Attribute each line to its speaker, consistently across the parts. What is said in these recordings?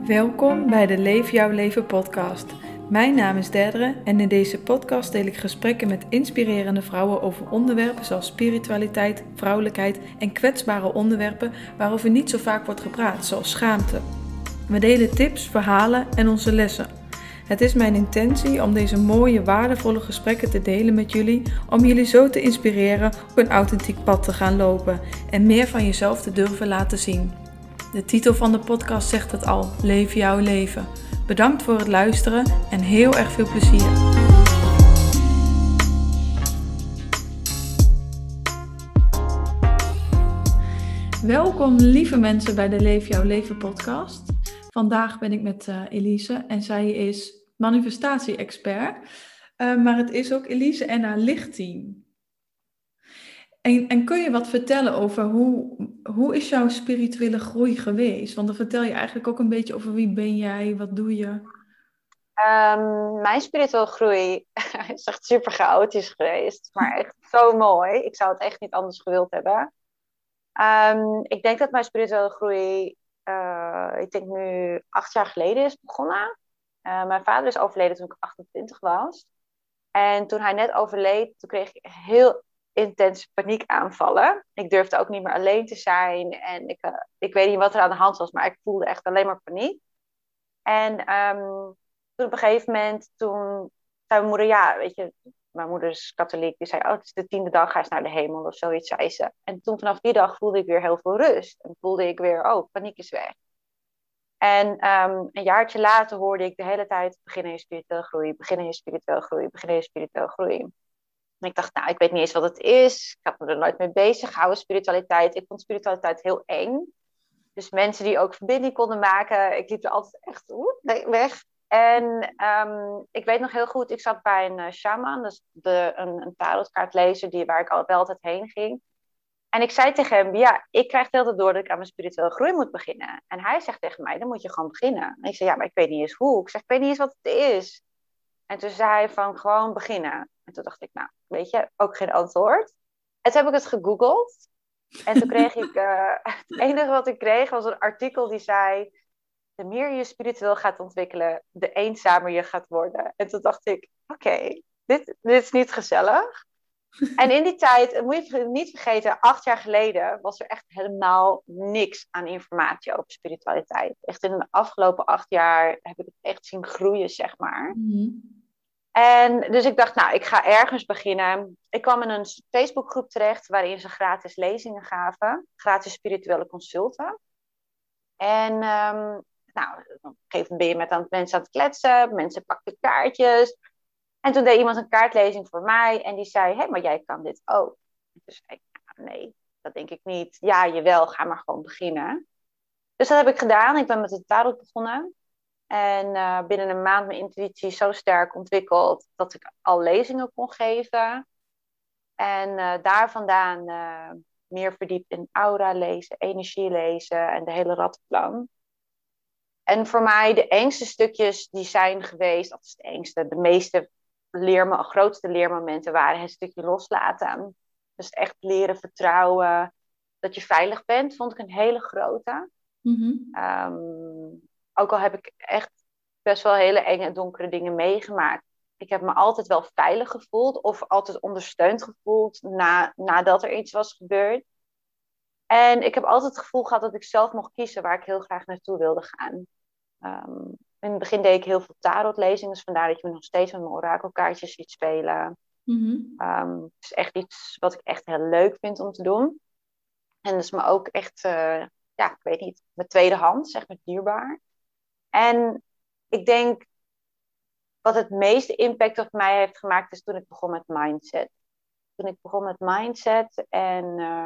Speaker 1: Welkom bij de Leef Jouw Leven podcast. Mijn naam is Derdere en in deze podcast deel ik gesprekken met inspirerende vrouwen over onderwerpen zoals spiritualiteit, vrouwelijkheid en kwetsbare onderwerpen waarover niet zo vaak wordt gepraat, zoals schaamte. We delen tips, verhalen en onze lessen. Het is mijn intentie om deze mooie, waardevolle gesprekken te delen met jullie, om jullie zo te inspireren op een authentiek pad te gaan lopen en meer van jezelf te durven laten zien. De titel van de podcast zegt het al, Leef jouw leven. Bedankt voor het luisteren en heel erg veel plezier. Welkom lieve mensen bij de Leef jouw leven podcast. Vandaag ben ik met Elise en zij is manifestatie-expert. Maar het is ook Elise en haar lichtteam. En kun je wat vertellen over hoe is jouw spirituele groei geweest? Want dan vertel je eigenlijk ook een beetje over wie ben jij, wat doe je?
Speaker 2: Mijn spirituele groei is echt super chaotisch geweest. Maar echt zo mooi. Ik zou het echt niet anders gewild hebben. Ik denk dat mijn spirituele groei, ik denk nu 8 jaar geleden is begonnen. Mijn vader is overleden toen ik 28 was. En toen hij net overleed, toen kreeg ik heel intense paniekaanvallen. Ik durfde ook niet meer alleen te zijn. En ik weet niet wat er aan de hand was, maar ik voelde echt alleen maar paniek. En toen op een gegeven moment, toen zei mijn moeder, ja, weet je, mijn moeder is katholiek, die zei, oh, het is de 10e dag, ga eens naar de hemel, of zoiets, zei ze. En toen vanaf die dag voelde ik weer heel veel rust. En voelde ik weer, oh, paniek is weg. En een jaartje later hoorde ik de hele tijd, beginnen je spiritueel groei, beginnen je spiritueel groei, beginnen je spiritueel groei. En ik dacht, nou, ik weet niet eens wat het is. Ik had me er nooit mee bezig gehouden, spiritualiteit. Ik vond spiritualiteit heel eng. Dus mensen die ook verbinding konden maken, ik liep er altijd echt weg. En ik weet nog heel goed, ik zat bij een shaman, dus een tarotkaartlezer waar ik wel altijd heen ging. En ik zei tegen hem, ja, ik krijg de hele tijd door dat ik aan mijn spirituele groei moet beginnen. En hij zegt tegen mij, dan moet je gewoon beginnen. En ik zei, ja, maar ik weet niet eens hoe. Ik zeg, ik weet niet eens wat het is. En toen zei hij van, gewoon beginnen. En toen dacht ik, nou, weet je, ook geen antwoord. En toen heb ik het gegoogeld. En toen kreeg ik, het enige wat ik kreeg was een artikel die zei, de meer je spiritueel gaat ontwikkelen, de eenzamer je gaat worden. En toen dacht ik, oké, dit is niet gezellig. En in die tijd, moet je niet vergeten, 8 jaar geleden was er echt helemaal niks aan informatie over spiritualiteit. Echt in de afgelopen 8 jaar heb ik het echt zien groeien, zeg maar.
Speaker 1: Mm-hmm.
Speaker 2: En dus ik dacht, nou, ik ga ergens beginnen. Ik kwam in een Facebookgroep terecht waarin ze gratis lezingen gaven. Gratis spirituele consulten. En nou, op een gegeven moment ben je met mensen aan het kletsen. Mensen pakten kaartjes. En toen deed iemand een kaartlezing voor mij. En die zei, hé, maar jij kan dit ook. En toen zei ik, nou, nee, dat denk ik niet. Ja, jawel, ga maar gewoon beginnen. Dus dat heb ik gedaan. Ik ben met het tarot begonnen. En binnen een maand mijn intuïtie zo sterk ontwikkeld dat ik al lezingen kon geven. En daar vandaan meer verdiept in aura lezen, energie lezen en de hele rattenplan. En voor mij de engste stukjes die zijn geweest, dat is het engste, de meeste grootste leermomenten waren het stukje loslaten. Dus echt leren vertrouwen, dat je veilig bent, vond ik een hele grote.
Speaker 1: Mm-hmm.
Speaker 2: Ook al heb ik echt best wel hele enge, donkere dingen meegemaakt. Ik heb me altijd wel veilig gevoeld of altijd ondersteund gevoeld nadat er iets was gebeurd. En ik heb altijd het gevoel gehad dat ik zelf mocht kiezen waar ik heel graag naartoe wilde gaan. In het begin deed ik heel veel tarotlezingen, dus vandaar dat je me nog steeds met mijn orakelkaartjes ziet spelen.
Speaker 1: Mm-hmm.
Speaker 2: Het is echt iets wat ik echt heel leuk vind om te doen. En dat is me ook echt, ja, ik weet niet, mijn tweede hand, zeg maar, dierbaar. En ik denk, wat het meeste impact op mij heeft gemaakt, is toen ik begon met mindset. Toen ik begon met mindset en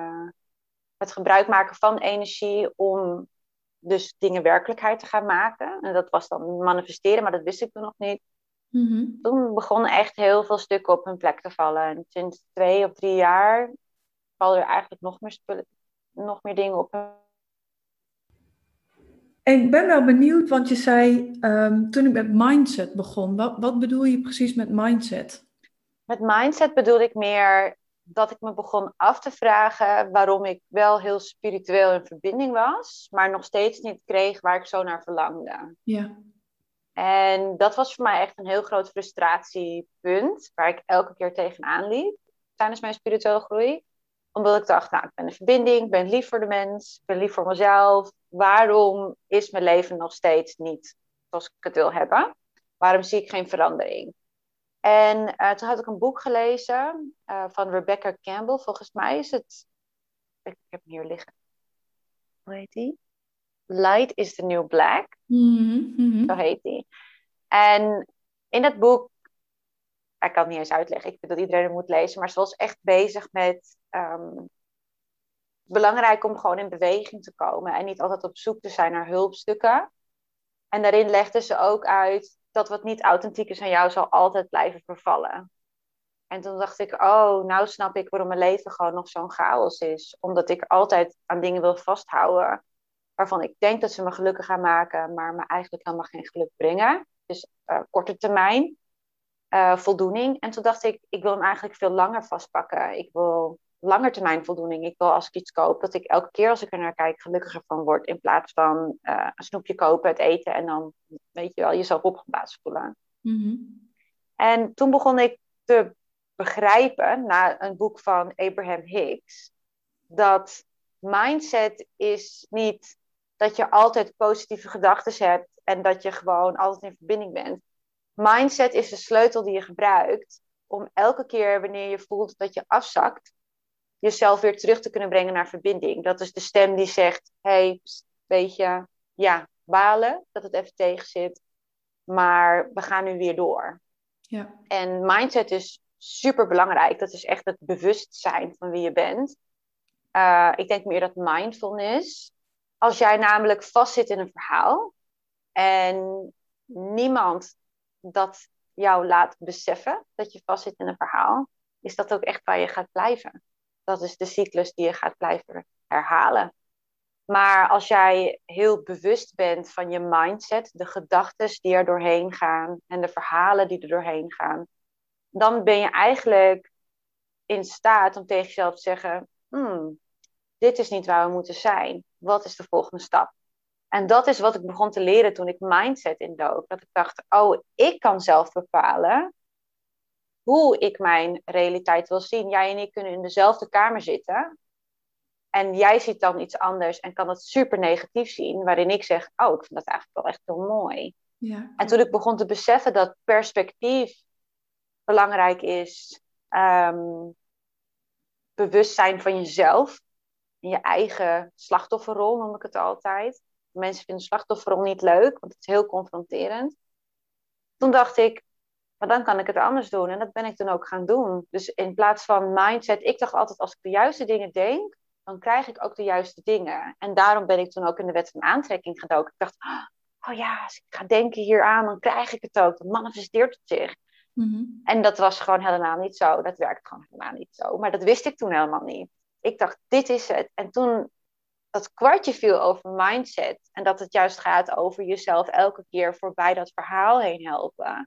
Speaker 2: het gebruik maken van energie om dus dingen werkelijkheid te gaan maken. En dat was dan manifesteren, maar dat wist ik toen nog niet.
Speaker 1: Mm-hmm.
Speaker 2: Toen begonnen echt heel veel stukken op hun plek te vallen. En sinds 2 of 3 jaar vallen er eigenlijk nog meer dingen op.
Speaker 1: Ik ben wel benieuwd, want je zei toen ik met mindset begon. Wat bedoel je precies met mindset?
Speaker 2: Met mindset bedoel ik meer dat ik me begon af te vragen waarom ik wel heel spiritueel in verbinding was, maar nog steeds niet kreeg waar ik zo naar verlangde.
Speaker 1: Ja.
Speaker 2: En dat was voor mij echt een heel groot frustratiepunt, waar ik elke keer tegenaan liep tijdens mijn spirituele groei. Omdat ik dacht, nou, ik ben in verbinding, ik ben lief voor de mens, ik ben lief voor mezelf. Waarom is mijn leven nog steeds niet zoals ik het wil hebben? Waarom zie ik geen verandering? En toen had ik een boek gelezen van Rebecca Campbell. Volgens mij is het, ik heb hem hier liggen. Hoe heet die? Light is the New Black.
Speaker 1: Mhm,
Speaker 2: Zo
Speaker 1: mhm.
Speaker 2: heet die. En in dat boek, ik kan het niet eens uitleggen, ik vind dat iedereen het moet lezen, maar ze was echt bezig met belangrijk om gewoon in beweging te komen en niet altijd op zoek te zijn naar hulpstukken. En daarin legde ze ook uit dat wat niet authentiek is aan jou zal altijd blijven vervallen. En toen dacht ik, oh, nou snap ik waarom mijn leven gewoon nog zo'n chaos is. Omdat ik altijd aan dingen wil vasthouden waarvan ik denk dat ze me gelukkig gaan maken, maar me eigenlijk helemaal geen geluk brengen. Dus korte termijn voldoening. En toen dacht ik wil hem eigenlijk veel langer vastpakken. Ik wil langetermijn voldoening. Ik wil als ik iets koop, dat ik elke keer als ik er naar kijk gelukkiger van word. In plaats van een snoepje kopen, het eten en dan, weet je wel, jezelf opgeblazen voelen.
Speaker 1: Mhm.
Speaker 2: En toen begon ik te begrijpen, na een boek van Abraham Hicks, dat mindset is niet dat je altijd positieve gedachten hebt en dat je gewoon altijd in verbinding bent. Mindset is de sleutel die je gebruikt om elke keer wanneer je voelt dat je afzakt, jezelf weer terug te kunnen brengen naar verbinding. Dat is de stem die zegt, hey, weet je, ja, balen dat het even tegen zit, maar we gaan nu weer door.
Speaker 1: Ja.
Speaker 2: En mindset is super belangrijk. Dat is echt het bewustzijn van wie je bent. Ik denk meer dat mindfulness. Als jij namelijk vastzit in een verhaal en niemand dat jou laat beseffen dat je vastzit in een verhaal, is dat ook echt waar je gaat blijven. Dat is de cyclus die je gaat blijven herhalen. Maar als jij heel bewust bent van je mindset, de gedachten die er doorheen gaan en de verhalen die er doorheen gaan, dan ben je eigenlijk in staat om tegen jezelf te zeggen, dit is niet waar we moeten zijn. Wat is de volgende stap? En dat is wat ik begon te leren toen ik mindset indook. Dat ik dacht, oh, ik kan zelf bepalen hoe ik mijn realiteit wil zien. Jij en ik kunnen in dezelfde kamer zitten. En jij ziet dan iets anders en kan het super negatief zien. Waarin ik zeg, oh, ik vind dat eigenlijk wel echt heel mooi.
Speaker 1: Ja,
Speaker 2: En toen ik begon te beseffen dat perspectief belangrijk is. Bewustzijn van jezelf. In je eigen slachtofferrol noem ik het altijd. Mensen vinden slachtofferrol niet leuk, want het is heel confronterend. Toen dacht ik, maar dan kan ik het anders doen. En dat ben ik toen ook gaan doen. Dus in plaats van mindset, ik dacht altijd als ik de juiste dingen denk, dan krijg ik ook de juiste dingen. En daarom ben ik toen ook in de wet van aantrekking gedoken. Ik dacht, oh ja, als ik ga denken hieraan, dan krijg ik het ook. Dan manifesteert het zich.
Speaker 1: mhm.
Speaker 2: En dat was gewoon helemaal niet zo. Dat werkt gewoon helemaal niet zo. Maar dat wist ik toen helemaal niet. Ik dacht, dit is het. En toen dat kwartje viel over mindset. En dat het juist gaat over jezelf elke keer voorbij dat verhaal heen helpen.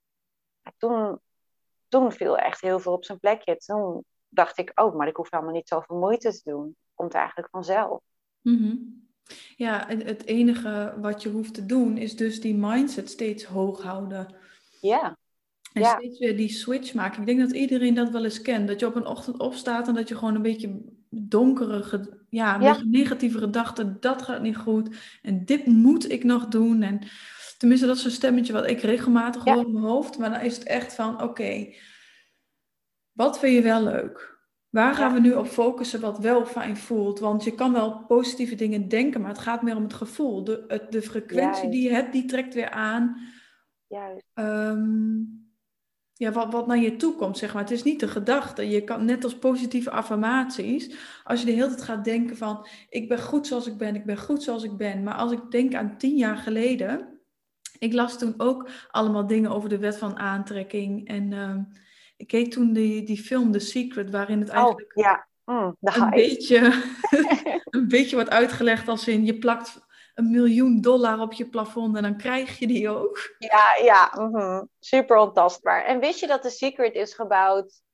Speaker 2: Toen viel echt heel veel op zijn plekje. Toen dacht ik, oh, maar ik hoef helemaal niet zoveel moeite te doen. Het komt eigenlijk vanzelf.
Speaker 1: Mhm. Ja, het enige wat je hoeft te doen is dus die mindset steeds hoog houden.
Speaker 2: Ja,
Speaker 1: En
Speaker 2: ja,
Speaker 1: steeds weer die switch maken. Ik denk dat iedereen dat wel eens kent. Dat je op een ochtend opstaat en dat je gewoon een beetje donkere, een
Speaker 2: ja,
Speaker 1: beetje negatieve gedachten. Dat gaat niet goed. En dit moet ik nog doen. En tenminste, dat is een stemmetje wat ik regelmatig
Speaker 2: ja,
Speaker 1: hoor in mijn hoofd. Maar dan is het echt van, oké, wat vind je wel leuk? Waar gaan we
Speaker 2: ja,
Speaker 1: nu op focussen wat wel fijn voelt? Want je kan wel positieve dingen denken, maar het gaat meer om het gevoel. De frequentie die je
Speaker 2: juist,
Speaker 1: hebt, die trekt weer aan.
Speaker 2: juist.
Speaker 1: Ehm, ja, wat naar je toe komt, zeg maar. Het is niet de gedachte. Je kan net als positieve affirmaties, als je de hele tijd gaat denken van, ik ben goed zoals ik ben, ik ben goed zoals ik ben. Maar als ik denk aan 10 jaar geleden, ik las toen ook allemaal dingen over de wet van aantrekking. En ik keek toen die film The Secret, waarin het
Speaker 2: Oh,
Speaker 1: eigenlijk
Speaker 2: ja, de
Speaker 1: een
Speaker 2: hype.
Speaker 1: beetje, een beetje wordt uitgelegd als in, je plakt $1 miljoen op je plafond en dan krijg je die ook.
Speaker 2: Ja, ja, super ontastbaar. En wist je dat The Secret is gebouwd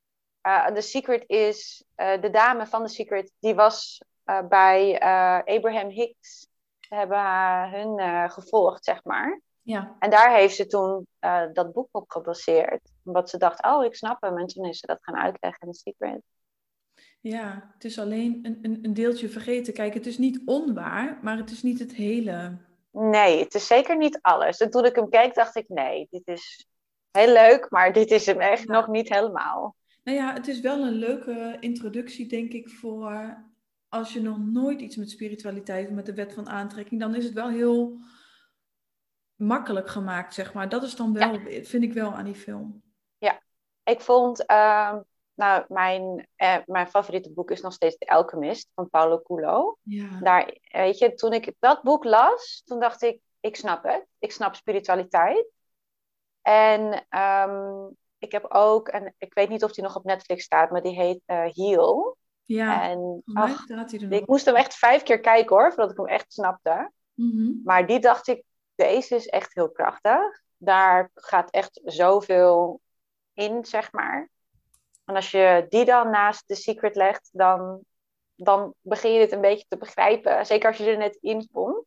Speaker 2: The Secret is, de dame van The Secret, die was bij Abraham Hicks. Ze hebben hun gevolgd, zeg maar.
Speaker 1: Ja.
Speaker 2: En daar heeft ze toen dat boek op gebaseerd. Omdat ze dacht, oh, ik snap hem. En toen is ze dat gaan uitleggen in The Secret.
Speaker 1: Ja, het is alleen een deeltje vergeten. Kijk, het is niet onwaar, maar het is niet het hele.
Speaker 2: Nee, het is zeker niet alles. En toen ik hem keek, dacht ik, nee, dit is heel leuk, maar dit is hem echt nog niet helemaal.
Speaker 1: Nou ja, het is wel een leuke introductie, denk ik, voor als je nog nooit iets met spiritualiteit, met de wet van aantrekking, dan is het wel heel makkelijk gemaakt, zeg maar. Dat is dan wel, vind ik wel aan die film.
Speaker 2: Ja, ik vond, nou, mijn favoriete boek is nog steeds The Alchemist van Paulo Coelho.
Speaker 1: Ja.
Speaker 2: Daar, weet je, toen ik dat boek las, toen dacht ik snap het. Ik snap spiritualiteit. En ik heb ook, en ik weet niet of die nog op Netflix staat, maar die heet Heal.
Speaker 1: Ja,
Speaker 2: En
Speaker 1: voor mij staat hij er nog
Speaker 2: ik moest hem echt 5 keer kijken hoor, voordat ik hem echt snapte.
Speaker 1: Mhm.
Speaker 2: Maar die dacht ik, deze is echt heel krachtig. Daar gaat echt zoveel in, zeg maar. En als je die dan naast The Secret legt, dan begin je dit een beetje te begrijpen. Zeker als je er net in komt.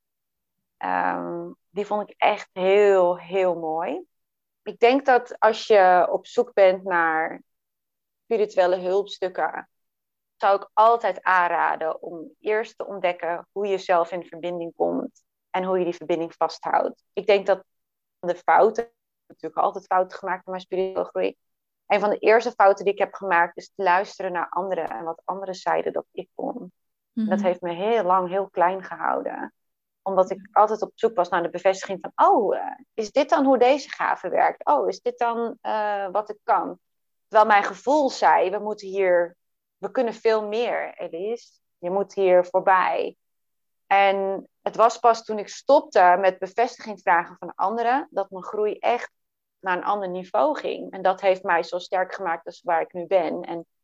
Speaker 2: Die vond ik echt heel, heel mooi. Ik denk dat als je op zoek bent naar spirituele hulpstukken, zou ik altijd aanraden om eerst te ontdekken hoe je zelf in verbinding komt en hoe je die verbinding vasthoudt. Ik denk dat de fouten, natuurlijk altijd fouten gemaakt in mijn spirituele groei. Een van de eerste fouten die ik heb gemaakt is te luisteren naar anderen en wat anderen zeiden dat ik kon.
Speaker 1: Mhm.
Speaker 2: Dat heeft me heel lang heel klein gehouden. Omdat ik altijd op zoek was naar de bevestiging van, oh, is dit dan hoe deze gave werkt? Oh, is dit dan wat ik kan? Terwijl mijn gevoel zei, we kunnen veel meer, Elise. Je moet hier voorbij. En het was pas toen ik stopte met bevestiging vragen van anderen, dat mijn groei echt naar een ander niveau ging. En dat heeft mij zo sterk gemaakt als waar ik nu ben.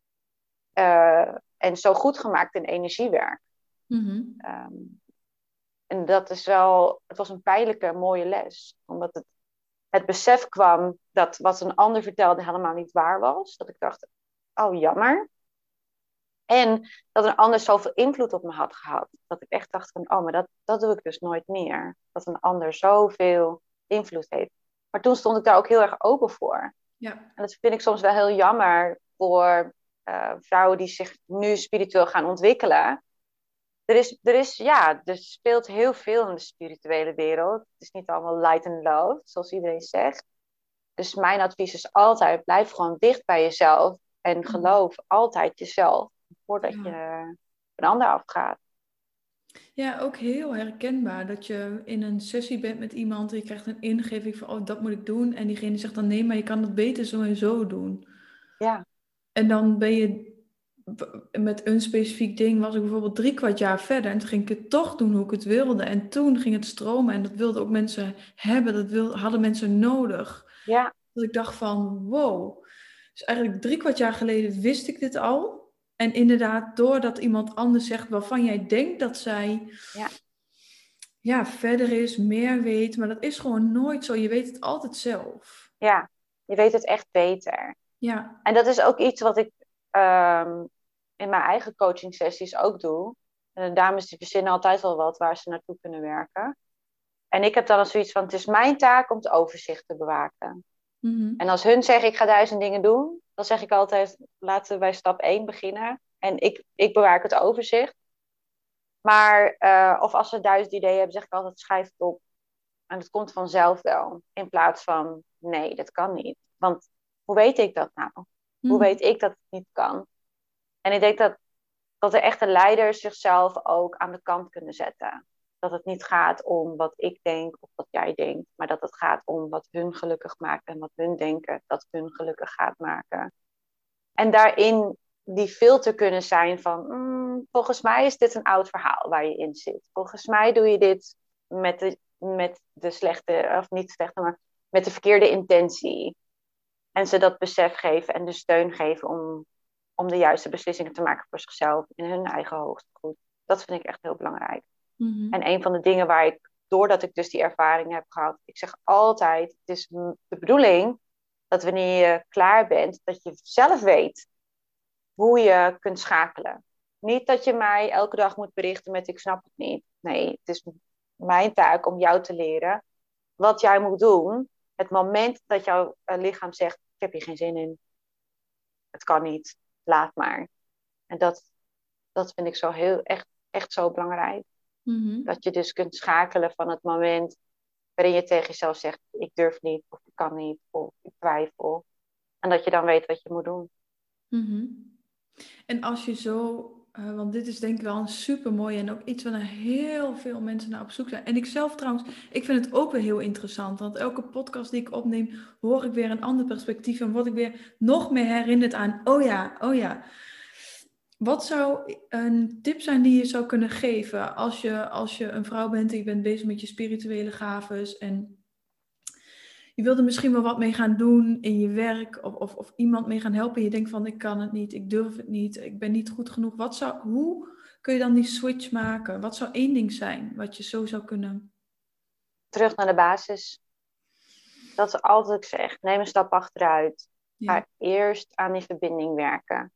Speaker 2: En zo goed gemaakt in energiewerk.
Speaker 1: Mhm.
Speaker 2: En dat is wel, het was een pijnlijke, mooie les. Omdat het besef kwam dat wat een ander vertelde helemaal niet waar was. Dat ik dacht, oh jammer. En dat een ander zoveel invloed op me had gehad. Dat ik echt dacht van, oh, maar dat doe ik dus nooit meer. Dat een ander zoveel invloed heeft. Maar toen stond ik daar ook heel erg open voor.
Speaker 1: Ja.
Speaker 2: En dat vind ik soms wel heel jammer voor vrouwen die zich nu spiritueel gaan ontwikkelen. Er speelt heel veel in de spirituele wereld. Het is niet allemaal light and love, zoals iedereen zegt. Dus mijn advies is altijd, blijf gewoon dicht bij jezelf. En geloof altijd jezelf, voordat je een ander afgaat.
Speaker 1: Ja, ook heel herkenbaar dat je in een sessie bent met iemand en je krijgt een ingeving van, oh, dat moet ik doen. En diegene zegt dan, nee, maar je kan dat beter zo en zo doen.
Speaker 2: Ja,
Speaker 1: En dan ben je met een specifiek ding, was ik bijvoorbeeld 3/4 jaar verder en toen ging ik het toch doen hoe ik het wilde. En toen ging het stromen en dat wilden ook mensen hebben, hadden mensen nodig.
Speaker 2: ja,
Speaker 1: Dat ik dacht van, wow. Dus eigenlijk 3/4 jaar geleden wist ik dit al. En inderdaad, doordat iemand anders zegt waarvan jij denkt dat zij verder is, meer weet. Maar dat is gewoon nooit zo. Je weet het altijd zelf.
Speaker 2: ja. Je weet het echt beter.
Speaker 1: Ja.
Speaker 2: En dat is ook iets wat ik in mijn eigen coaching sessies ook doe. En de dames die verzinnen altijd wel wat waar ze naartoe kunnen werken. En ik heb dan zoiets van, het is mijn taak om het overzicht te bewaken.
Speaker 1: Mhm.
Speaker 2: En als hun zeggen, ik ga 1000 dingen doen, dan zeg ik altijd, laten we bij stap 1 beginnen. En ik bewaak het overzicht. Maar, of als ze 1000 ideeën hebben, zeg ik altijd, schrijf het op. En het komt vanzelf wel. In plaats van, nee, dat kan niet. Want hoe weet ik dat nou? Hoe weet ik dat het niet kan? En ik denk dat de echte leiders zichzelf ook aan de kant kunnen zetten. Dat het niet gaat om wat ik denk of wat jij denkt. Maar dat het gaat om wat hun gelukkig maakt. En wat hun denken dat hun gelukkig gaat maken. En daarin die filter kunnen zijn van, volgens mij is dit een oud verhaal waar je in zit. Volgens mij doe je dit met de slechte, of niet slechte, maar met de verkeerde intentie. En ze dat besef geven en de steun geven om de juiste beslissingen te maken voor zichzelf in hun eigen hoogste goed. Dat vind ik echt heel belangrijk.
Speaker 1: Mhm.
Speaker 2: En een van de dingen waar doordat ik dus die ervaring heb gehad, ik zeg altijd, het is de bedoeling Dat wanneer je klaar bent, dat je zelf weet hoe je kunt schakelen. Niet dat je mij elke dag moet berichten met ik snap het niet. Nee, het is mijn taak om jou te leren wat jij moet doen. Het moment dat jouw lichaam zegt, ik heb hier geen zin in. Het kan niet, laat maar. En dat vind ik zo echt zo belangrijk.
Speaker 1: Mhm.
Speaker 2: Dat je dus kunt schakelen van het moment waarin je tegen jezelf zegt, ik durf niet, of ik kan niet, of ik twijfel. En dat je dan weet wat je moet doen.
Speaker 1: Mhm. En als je zo, want dit is denk ik wel een super mooi en ook iets waar heel veel mensen naar op zoek zijn. En ik zelf trouwens, ik vind het ook weer heel interessant, want elke podcast die ik opneem, hoor ik weer een ander perspectief en word ik weer nog meer herinnerd aan, oh ja, oh ja. Wat zou een tip zijn die je zou kunnen geven als je een vrouw bent en je bent bezig met je spirituele gaves en je wilt er misschien wel wat mee gaan doen in je werk of iemand mee gaan helpen. Je denkt van ik kan het niet, ik durf het niet, ik ben niet goed genoeg. Hoe kun je dan die switch maken? Wat zou één ding zijn wat je zo zou kunnen?
Speaker 2: Terug naar de basis. Dat is altijd wat ik zeg. Neem een stap achteruit.
Speaker 1: Ja.
Speaker 2: Ga eerst aan die verbinding werken.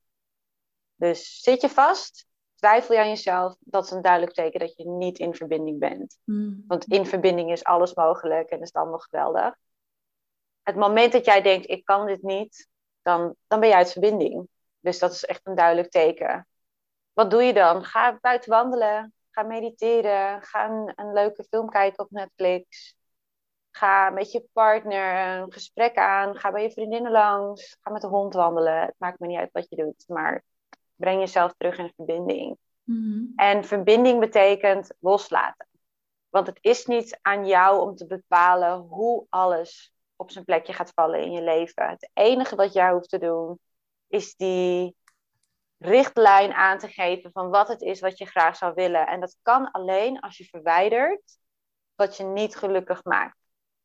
Speaker 2: Dus zit je vast? Twijfel je aan jezelf? Dat is een duidelijk teken dat je niet in verbinding bent.
Speaker 1: Mm.
Speaker 2: Want in verbinding is alles mogelijk en is het allemaal geweldig. Het moment dat jij denkt, ik kan dit niet, dan ben je uit verbinding. Dus dat is echt een duidelijk teken. Wat doe je dan? Ga buiten wandelen. Ga mediteren. Ga een leuke film kijken op Netflix. Ga met je partner een gesprek aan. Ga bij je vriendinnen langs. Ga met de hond wandelen. Het maakt me niet uit wat je doet. Maar breng jezelf terug in verbinding.
Speaker 1: Mhm.
Speaker 2: En verbinding betekent loslaten. Want het is niet aan jou om te bepalen hoe alles op zijn plekje gaat vallen in je leven. Het enige wat jij hoeft te doen, is die richtlijn aan te geven van wat het is wat je graag zou willen. En dat kan alleen als je verwijdert wat je niet gelukkig maakt.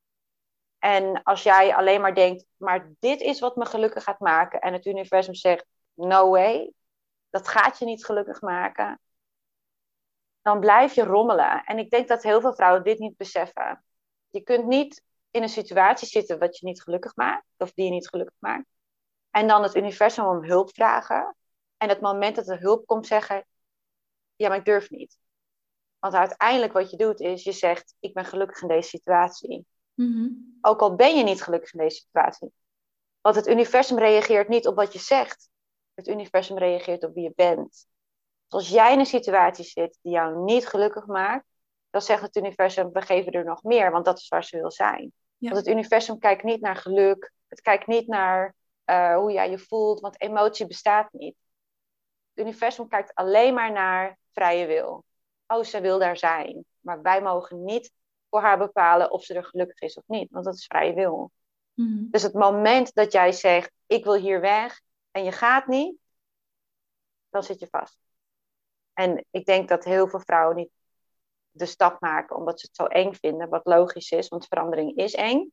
Speaker 2: En als jij alleen maar denkt, maar dit is wat me gelukkig gaat maken. En het universum zegt, no way, dat gaat je niet gelukkig maken. Dan blijf je rommelen. En ik denk dat heel veel vrouwen dit niet beseffen. Je kunt niet in een situatie zitten wat je niet gelukkig maakt. Of die je niet gelukkig maakt. En dan het universum om hulp vragen. En het moment dat er hulp komt zeggen, ja, maar ik durf niet. Want uiteindelijk wat je doet is, je zegt, ik ben gelukkig in deze situatie.
Speaker 1: Mhm.
Speaker 2: Ook al ben je niet gelukkig in deze situatie. Want het universum reageert niet op wat je zegt. Het universum reageert op wie je bent. Dus als jij in een situatie zit die jou niet gelukkig maakt, dan zegt het universum, we geven er nog meer, want dat is waar ze wil zijn.
Speaker 1: Ja.
Speaker 2: Want het universum kijkt niet naar geluk. Het kijkt niet naar hoe jij je voelt, want emotie bestaat niet. Het universum kijkt alleen maar naar vrije wil. Oh, ze wil daar zijn. Maar wij mogen niet voor haar bepalen of ze er gelukkig is of niet. Want dat is vrije wil.
Speaker 1: Mhm.
Speaker 2: Dus het moment dat jij zegt, ik wil hier weg en je gaat niet, dan zit je vast. En ik denk dat heel veel vrouwen niet de stap maken omdat ze het zo eng vinden. Wat logisch is, want verandering is eng.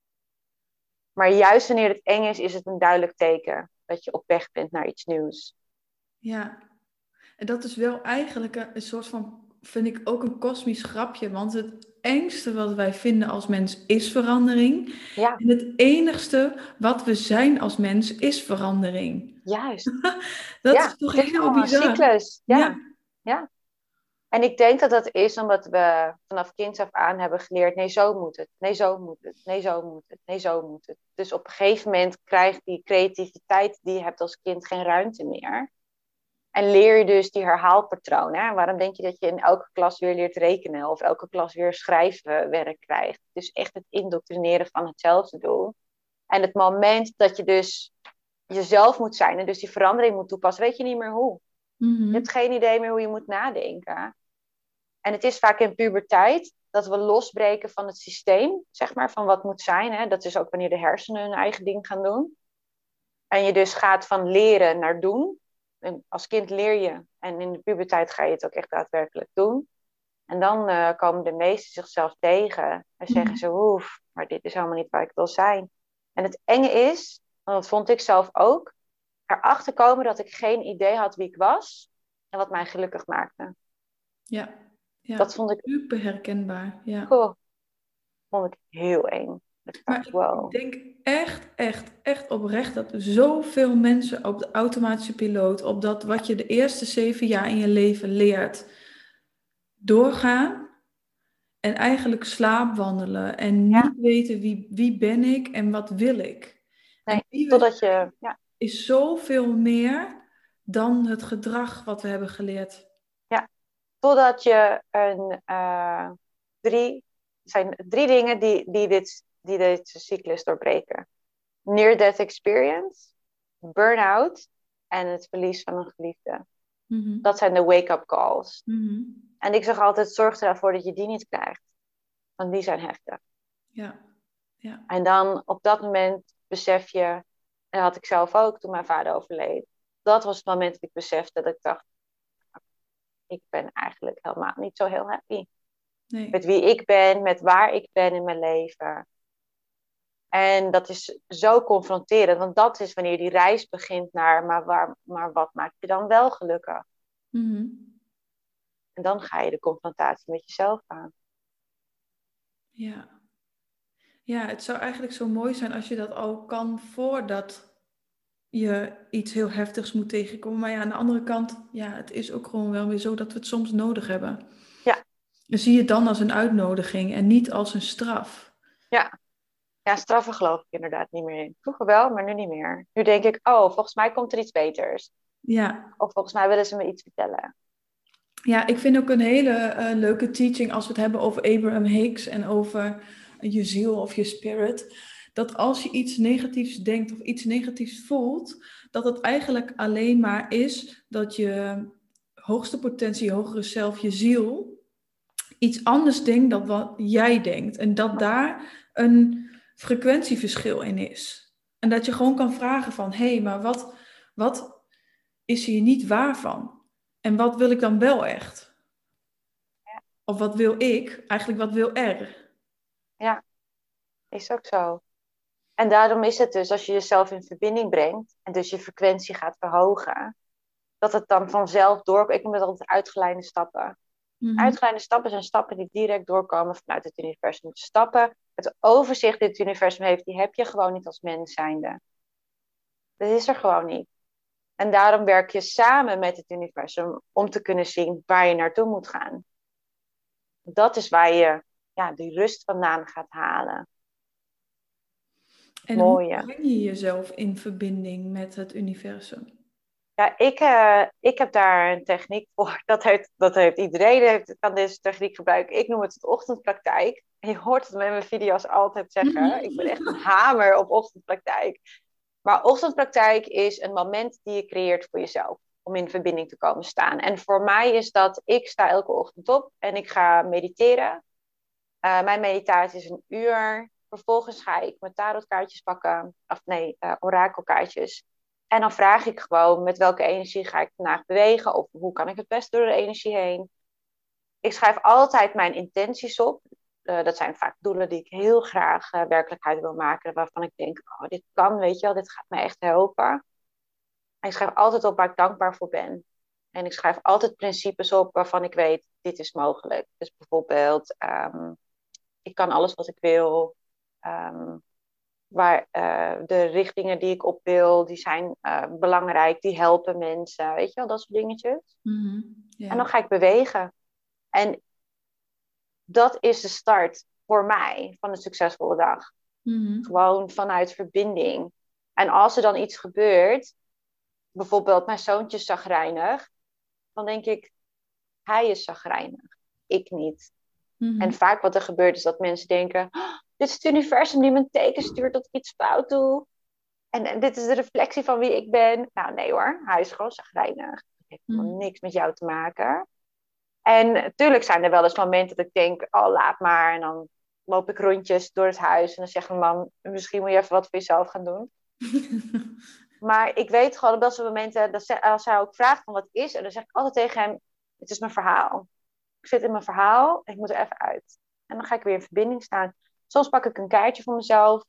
Speaker 2: Maar juist wanneer het eng is, is het een duidelijk teken dat je op weg bent naar iets nieuws.
Speaker 1: Ja. En dat is wel eigenlijk een soort van, vind ik ook een kosmisch grapje. Want het engste wat wij vinden als mens is verandering.
Speaker 2: Ja,
Speaker 1: En het enigste wat we zijn als mens is verandering.
Speaker 2: juist.
Speaker 1: Dat is
Speaker 2: Ja,
Speaker 1: toch
Speaker 2: het is
Speaker 1: heel
Speaker 2: allemaal een
Speaker 1: bizar.
Speaker 2: cyclus.
Speaker 1: Ja.
Speaker 2: Ja, ja. En ik denk dat dat is omdat we vanaf kinds af aan hebben geleerd, nee, zo moet het. Nee, zo moet het. Nee, zo moet het. Nee, zo moet het. Dus op een gegeven moment krijgt die creativiteit die je hebt als kind geen ruimte meer. En leer je dus die herhaalpatronen. Hè? Waarom denk je dat je in elke klas weer leert rekenen of elke klas weer schrijfwerk krijgt? Dus echt het indoctrineren van hetzelfde doen. En het moment dat je dus jezelf moet zijn en dus die verandering moet toepassen, weet je niet meer hoe. Je
Speaker 1: Mhm.
Speaker 2: hebt geen idee meer hoe je moet nadenken. En het is vaak in puberteit dat we losbreken van het systeem, zeg maar, van wat moet zijn. Hè? Dat is ook wanneer de hersenen hun eigen ding gaan doen. En je dus gaat van leren naar doen. En als kind leer je en in de puberteit ga je het ook echt daadwerkelijk doen. En dan komen de meesten zichzelf tegen en zeggen ze, oef, maar dit is helemaal niet waar ik wil zijn. En het enge is, want dat vond ik zelf ook, erachter komen dat ik geen idee had wie ik was en wat mij gelukkig maakte.
Speaker 1: Ja. Ja.
Speaker 2: Dat vond ik,
Speaker 1: Super herkenbaar. Ja.
Speaker 2: goh, vond ik heel eng. Dat ik dacht,
Speaker 1: Maar ik
Speaker 2: wow.
Speaker 1: denk echt oprecht dat zoveel mensen op de automatische piloot, op dat wat je de eerste 7 jaar in je leven leert, doorgaan en eigenlijk slaapwandelen en
Speaker 2: Ja,
Speaker 1: niet weten wie ben ik en wat wil ik. En
Speaker 2: nee,
Speaker 1: wie we
Speaker 2: totdat
Speaker 1: zijn
Speaker 2: je,
Speaker 1: is zoveel meer dan het gedrag wat we hebben geleerd.
Speaker 2: ja, totdat je er zijn 3 dingen die deze cyclus doorbreken. Near-death experience, burn-out en het verlies van een geliefde.
Speaker 1: Mhm.
Speaker 2: Dat zijn de wake-up calls.
Speaker 1: Mhm.
Speaker 2: En ik zeg altijd, zorg ervoor dat je die niet krijgt. Want die zijn heftig.
Speaker 1: Ja, ja.
Speaker 2: En dan op dat moment besef je, en dat had ik zelf ook toen mijn vader overleed. Dat was het moment dat ik besefte dat ik dacht, ik ben eigenlijk helemaal niet zo heel happy. Met
Speaker 1: Nee.
Speaker 2: wie ik ben, met waar ik ben in mijn leven. En dat is zo confronterend, want dat is wanneer die reis begint naar, maar wat maakt je dan wel gelukkig?
Speaker 1: Mhm.
Speaker 2: En dan ga je de confrontatie met jezelf aan.
Speaker 1: Ja. Ja, het zou eigenlijk zo mooi zijn als je dat al kan voordat je iets heel heftigs moet tegenkomen. Maar ja, aan de andere kant, ja, het is ook gewoon wel weer zo dat we het soms nodig hebben.
Speaker 2: Ja,
Speaker 1: Dan zie je het dan als een uitnodiging en niet als een straf.
Speaker 2: ja. Ja, straffen geloof ik inderdaad niet meer in. Vroeger wel, maar nu niet meer. Nu denk ik, oh, volgens mij komt er iets beters.
Speaker 1: Ja,
Speaker 2: Of volgens mij willen ze me iets vertellen.
Speaker 1: ja, ik vind ook een hele leuke teaching als we het hebben over Abraham Hicks en over je ziel of je spirit. Dat als je iets negatiefs denkt of iets negatiefs voelt, dat het eigenlijk alleen maar is dat je hoogste potentie, je hogere zelf, je ziel, iets anders denkt dan wat jij denkt. En dat daar een frequentieverschil in is. En dat je gewoon kan vragen van, hé, maar wat is hier niet waar van? En wat wil ik dan wel echt? Of wat wil ik? Eigenlijk wat wil er?
Speaker 2: Ja, is ook zo. En daarom is het dus, als je jezelf in verbinding brengt en dus je frequentie gaat verhogen, dat het dan vanzelf door. Ik noem het altijd uitgeleide stappen.
Speaker 1: Mhm.
Speaker 2: Uitgeleide stappen zijn stappen die direct doorkomen vanuit het universum. Dus stappen, het overzicht dat het universum heeft, die heb je gewoon niet als mens zijnde. Dat is er gewoon niet. En daarom werk je samen met het universum om te kunnen zien waar je naartoe moet gaan. Dat is waar je die rust vandaan gaat halen.
Speaker 1: En hoe
Speaker 2: Mooie.
Speaker 1: breng je jezelf in verbinding met het universum?
Speaker 2: Ja, ik heb daar een techniek voor. Dat heeft iedereen kan deze techniek gebruiken. Ik noem het de ochtendpraktijk. En je hoort het me in mijn video's altijd zeggen. Ik ben echt een hamer op ochtendpraktijk. Maar ochtendpraktijk is een moment die je creëert voor jezelf. Om in verbinding te komen staan. En voor mij is dat, ik sta elke ochtend op en ik ga mediteren. Mijn meditatie is 1 uur. Vervolgens ga ik mijn tarotkaartjes pakken. Of nee, orakelkaartjes. En dan vraag ik gewoon met welke energie ga ik vandaag bewegen. Of hoe kan ik het best door de energie heen. Ik schrijf altijd mijn intenties op. Dat zijn vaak doelen die ik heel graag werkelijkheid wil maken. Waarvan ik denk, oh, dit kan, weet je wel, dit gaat me echt helpen. En ik schrijf altijd op waar ik dankbaar voor ben. En ik schrijf altijd principes op waarvan ik weet, dit is mogelijk. Dus bijvoorbeeld, ik kan alles wat ik wil. Ehm, de richtingen die ik op wil, die zijn belangrijk. Die helpen mensen. Weet je wel, dat soort dingetjes.
Speaker 1: Mhm.
Speaker 2: En dan
Speaker 1: Ja.
Speaker 2: ga ik bewegen. En dat is de start voor mij van een succesvolle dag.
Speaker 1: Mhm.
Speaker 2: Gewoon vanuit verbinding. En als er dan iets gebeurt, bijvoorbeeld mijn zoontje is chagrijnig, dan denk ik, hij is chagrijnig, ik niet. En
Speaker 1: Mhm.
Speaker 2: vaak wat er gebeurt is dat mensen denken, "Oh, dit is het universum die me een teken stuurt dat ik iets fout doe. En dit is de reflectie van wie ik ben. Nou nee hoor, hij is gewoon chagrijnig. Het heeft helemaal
Speaker 1: Mhm.
Speaker 2: niks met jou te maken. En natuurlijk zijn er wel eens momenten dat ik denk, oh laat maar. En dan loop ik rondjes door het huis en dan zegt mijn man, misschien moet je even wat voor jezelf gaan doen. Maar ik weet gewoon op dat soort momenten, als hij ook vraagt van wat is er, dan zeg ik altijd tegen hem, het is mijn verhaal. Ik zit in mijn verhaal en ik moet er even uit. En dan ga ik weer in verbinding staan. Soms pak ik een kaartje voor mezelf.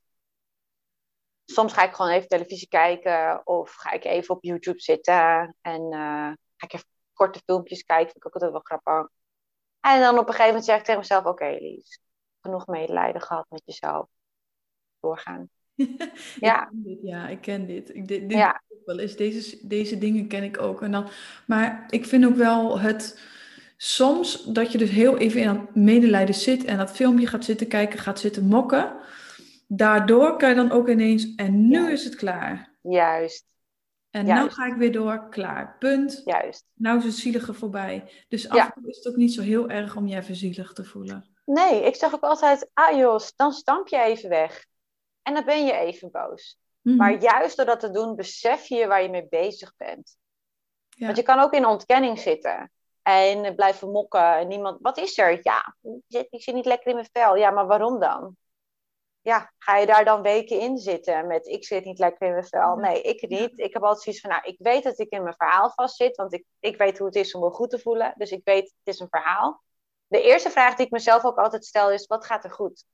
Speaker 2: Soms ga ik gewoon even televisie kijken. Of ga ik even op YouTube zitten. En ga ik even korte filmpjes kijken. Vind ik ook altijd wel grappig. En dan op een gegeven moment zeg ik tegen mezelf, oké, Lies, genoeg medelijden gehad met jezelf. doorgaan.
Speaker 1: Ik
Speaker 2: Ja,
Speaker 1: ken dit, ja, ik ken dit. Dit doe
Speaker 2: ja,
Speaker 1: ik ook wel eens. Deze dingen ken ik ook. Maar ik vind ook wel soms dat je dus heel even in dat medelijden zit en dat filmpje gaat zitten kijken, gaat zitten mokken. Daardoor kan je dan ook ineens, en nu is het
Speaker 2: juist,
Speaker 1: klaar.
Speaker 2: juist,
Speaker 1: En nou ga
Speaker 2: juist,
Speaker 1: ik weer door, klaar, punt.
Speaker 2: juist.
Speaker 1: Nou is het zielige voorbij. Dus af en
Speaker 2: Ja,
Speaker 1: toe is het ook niet zo heel erg om je even zielig te voelen.
Speaker 2: nee, ik zeg ook altijd, joh, dan stamp je even weg. En dan ben je even boos.
Speaker 1: Mhm.
Speaker 2: Maar juist door dat te doen, besef je waar je mee bezig bent. Want je
Speaker 1: Ja,
Speaker 2: kan ook in ontkenning zitten. En blijven mokken. En niemand, wat is er? Ja, ik zit niet lekker in mijn vel. Ja, maar waarom dan? Ja, ga je daar dan weken in zitten met ik zit niet lekker in mijn vel?
Speaker 1: ja,
Speaker 2: Nee, ik
Speaker 1: ja.
Speaker 2: niet. Ik heb altijd zoiets van, nou, ik weet dat ik in mijn verhaal vastzit. Want ik weet hoe het is om me goed te voelen. Dus ik weet, het is een verhaal. De eerste vraag die ik mezelf ook altijd stel is, wat gaat er goed?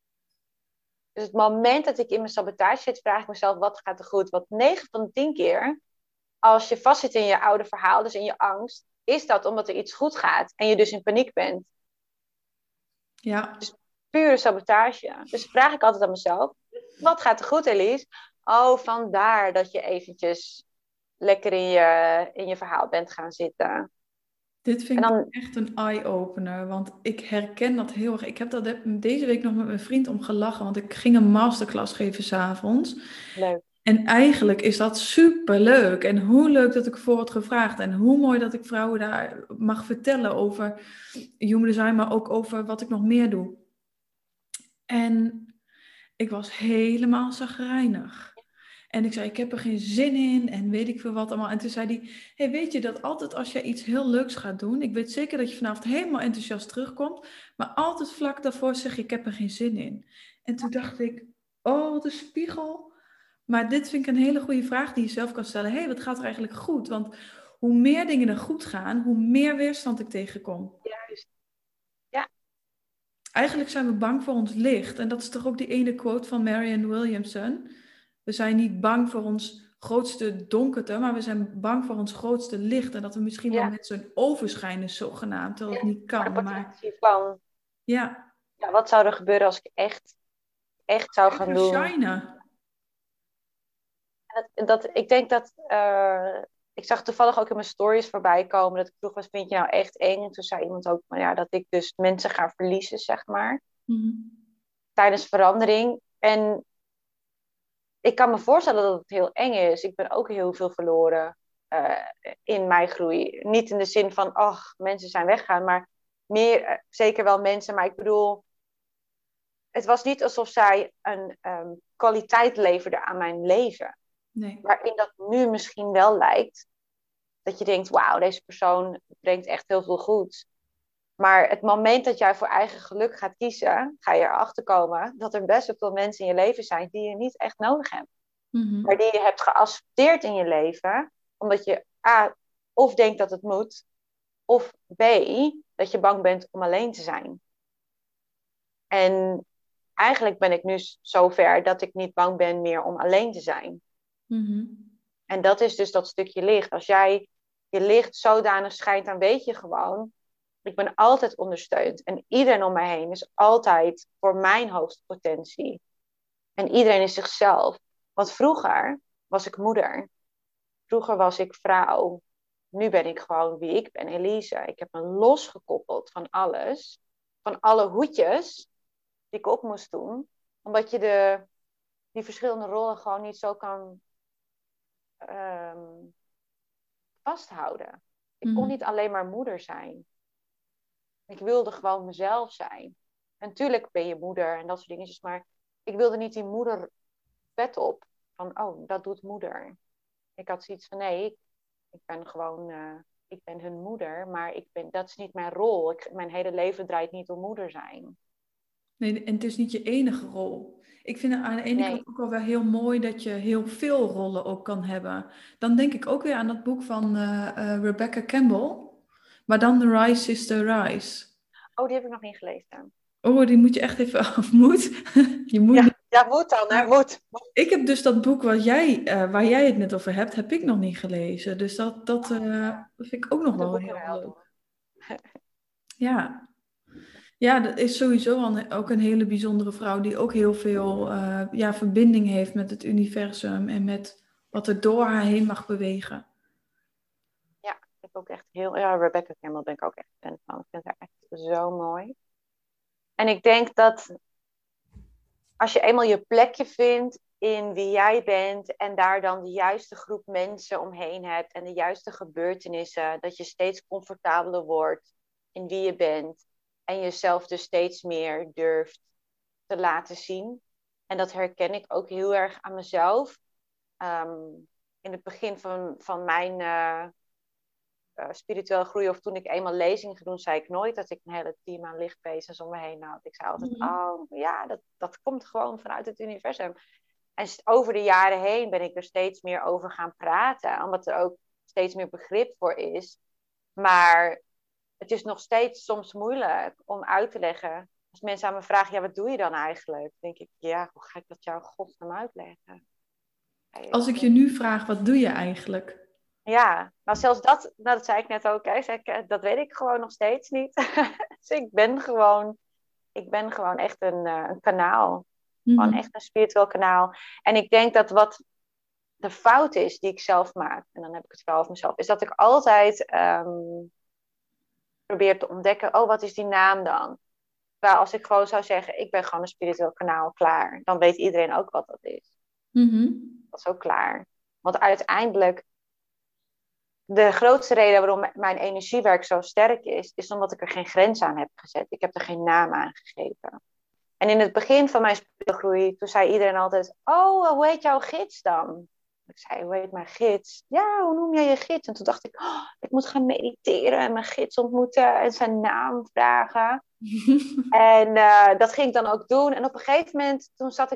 Speaker 2: Dus het moment dat ik in mijn sabotage zit, vraag ik mezelf, wat gaat er goed? Want 9 van de 10 keer, als je vastzit in je oude verhaal, dus in je angst, is dat omdat er iets goed gaat en je dus in paniek bent.
Speaker 1: Ja.
Speaker 2: Dus pure sabotage. Dus vraag ik altijd aan mezelf, wat gaat er goed, Elise? Oh, vandaar dat je eventjes lekker in je verhaal bent gaan zitten.
Speaker 1: Dit
Speaker 2: En
Speaker 1: vind ik
Speaker 2: dan,
Speaker 1: echt een eye-opener, want ik herken dat heel erg. Ik heb deze week nog met mijn vriend om gelachen, want ik ging een masterclass geven 's avonds.
Speaker 2: leuk.
Speaker 1: En eigenlijk is dat superleuk. En hoe leuk dat ik voor word gevraagd. En hoe mooi dat ik vrouwen daar mag vertellen over human design, maar ook over wat ik nog meer doe. En ik was helemaal chagrijnig. En ik zei, ik heb er geen zin in en weet ik veel wat allemaal. En toen zei hij, hey, weet je dat altijd als jij iets heel leuks gaat doen, ik weet zeker dat je vanavond helemaal enthousiast terugkomt, maar altijd vlak daarvoor zeg je, ik heb er geen zin in. En toen dacht ik, oh, de spiegel. Maar dit vind ik een hele goede vraag die je zelf kan stellen. Hey, wat gaat er eigenlijk goed? Want hoe meer dingen er goed gaan, hoe meer weerstand ik tegenkom.
Speaker 2: Juist. Ja,
Speaker 1: Eigenlijk zijn we bang voor ons licht. En dat is toch ook die ene quote van Marianne Williamson. We zijn niet bang voor ons grootste donkerte, maar we zijn bang voor ons grootste licht. En dat we misschien wel
Speaker 2: ja,
Speaker 1: met zo'n overschijnen zogenaamd, terwijl het
Speaker 2: ja.
Speaker 1: niet
Speaker 2: Maar de
Speaker 1: kan. Maar
Speaker 2: potentie van,
Speaker 1: ja,
Speaker 2: ja, wat zou er gebeuren als ik echt zou
Speaker 1: echt
Speaker 2: gaan
Speaker 1: zo
Speaker 2: doen?
Speaker 1: shinen.
Speaker 2: Ik denk dat. Ik zag toevallig ook in mijn stories voorbij komen dat ik vroeg was: vind je nou echt eng? En toen zei iemand ook: maar ja, dat ik dus mensen ga verliezen, zeg maar,
Speaker 1: Mhm.
Speaker 2: tijdens verandering. En ik kan me voorstellen dat het heel eng is. Ik ben ook heel veel verloren eh, in mijn groei. Niet in de zin van: ach, mensen zijn weggaan, maar meer, zeker wel mensen. Maar ik bedoel, het was niet alsof zij een kwaliteit leverde aan mijn leven.
Speaker 1: Nee.
Speaker 2: Waarin dat nu misschien wel lijkt. Dat je denkt, wauw, deze persoon brengt echt heel veel goed. Maar het moment dat jij voor eigen geluk gaat kiezen, ga je erachter komen dat er best wel veel mensen in je leven zijn die je niet echt nodig hebt. Maar
Speaker 1: Mhm.
Speaker 2: die je hebt geaccepteerd in je leven, omdat je A, of denkt dat het moet, of B, dat je bang bent om alleen te zijn. En eigenlijk ben ik nu zover dat ik niet bang ben meer om alleen te zijn.
Speaker 1: Mhm.
Speaker 2: En dat is dus dat stukje licht. Als jij je licht zodanig schijnt, dan weet je gewoon, ik ben altijd ondersteund. En iedereen om mij heen is altijd voor mijn hoogste potentie. En iedereen is zichzelf. Want vroeger was ik moeder. Vroeger was ik vrouw. Nu ben ik gewoon wie ik ben, Elise. Ik heb me losgekoppeld van alles. Van alle hoedjes die ik op moest doen. Omdat je die verschillende rollen gewoon niet zo kan ehm, vasthouden. Ik kon
Speaker 1: Mhm.
Speaker 2: niet alleen maar moeder zijn. Ik wilde gewoon mezelf zijn. En natuurlijk ben je moeder en dat soort dingetjes, maar ik wilde niet die moeder pet op. Van, oh, dat doet moeder. Ik had zoiets van, nee, ik ben gewoon, ik ben hun moeder, maar dat is niet mijn rol. Mijn hele leven draait niet om moeder zijn.
Speaker 1: Nee, en het is niet je enige rol. Ik vind het aan de ene
Speaker 2: Nee,
Speaker 1: kant ook wel wel heel mooi dat je heel veel rollen ook kan hebben. Dan denk ik ook weer aan dat boek van Rebecca Campbell, maar dan The Rise Sister Rise.
Speaker 2: oh, die heb ik nog niet gelezen.
Speaker 1: Oh, die moet je echt even of moet. Je moet niet.
Speaker 2: Ja, ja, moet dan, hè?
Speaker 1: Maar
Speaker 2: Moet.
Speaker 1: ik heb dus dat boek waar jij het net over hebt, heb ik nog niet gelezen. Dus dat
Speaker 2: Oh, ja.
Speaker 1: vind ik ook nog
Speaker 2: De
Speaker 1: wel
Speaker 2: boeken
Speaker 1: heel
Speaker 2: wel doen.
Speaker 1: leuk. Ja. Ja, dat is sowieso ook een hele bijzondere vrouw die ook heel veel verbinding heeft met het universum en met wat er door haar heen mag bewegen.
Speaker 2: Ja, ik heb ook echt ja, Rebecca Campbell ben ik ook echt fan van. Ik vind haar echt zo mooi. En ik denk dat als je eenmaal je plekje vindt in wie jij bent en daar dan de juiste groep mensen omheen hebt en de juiste gebeurtenissen, dat je steeds comfortabeler wordt in wie je bent en jezelf dus steeds meer durft te laten zien. En dat herken ik ook heel erg aan mezelf. Ehm, in het begin van mijn spirituele groei, of toen ik eenmaal lezingen ging doen, zei ik nooit dat ik een hele team aan lichtwezens om me heen had. Ik zei altijd,
Speaker 1: Mhm.
Speaker 2: oh ja, dat komt gewoon vanuit het universum. En over de jaren heen ben ik er steeds meer over gaan praten, omdat er ook steeds meer begrip voor is. Maar het is nog steeds soms moeilijk om uit te leggen. Als mensen aan me vragen, ja, wat doe je dan eigenlijk? Dan denk ik, ja, hoe ga ik dat jou in godsnaam uitleggen?
Speaker 1: Als ik je nu vraag, wat doe je eigenlijk?
Speaker 2: Ja, maar zelfs dat zei ik net ook, hè, dat weet ik gewoon nog steeds niet. Dus ik ben gewoon echt een kanaal. Gewoon
Speaker 1: Mhm.
Speaker 2: echt een spiritueel kanaal. En ik denk dat wat de fout is die ik zelf maak, en dan heb ik het wel over mezelf, is dat ik altijd probeer te ontdekken, oh, wat is die naam dan? Terwijl als ik gewoon zou zeggen, ik ben gewoon een spiritueel kanaal, klaar. Dan weet iedereen ook wat dat is.
Speaker 1: Mhm.
Speaker 2: Dat is ook klaar. Want uiteindelijk de grootste reden waarom mijn energiewerk zo sterk is omdat ik er geen grens aan heb gezet. Ik heb er geen naam aan gegeven. En in het begin van mijn spirituele toen zei iedereen altijd, oh, hoe heet jouw gids dan? Ik zei, hoe heet mijn gids? Ja, hoe noem jij je gids? En toen dacht ik, oh, ik moet gaan mediteren en mijn gids ontmoeten en zijn naam vragen. En dat ging ik dan ook doen. En op een gegeven moment,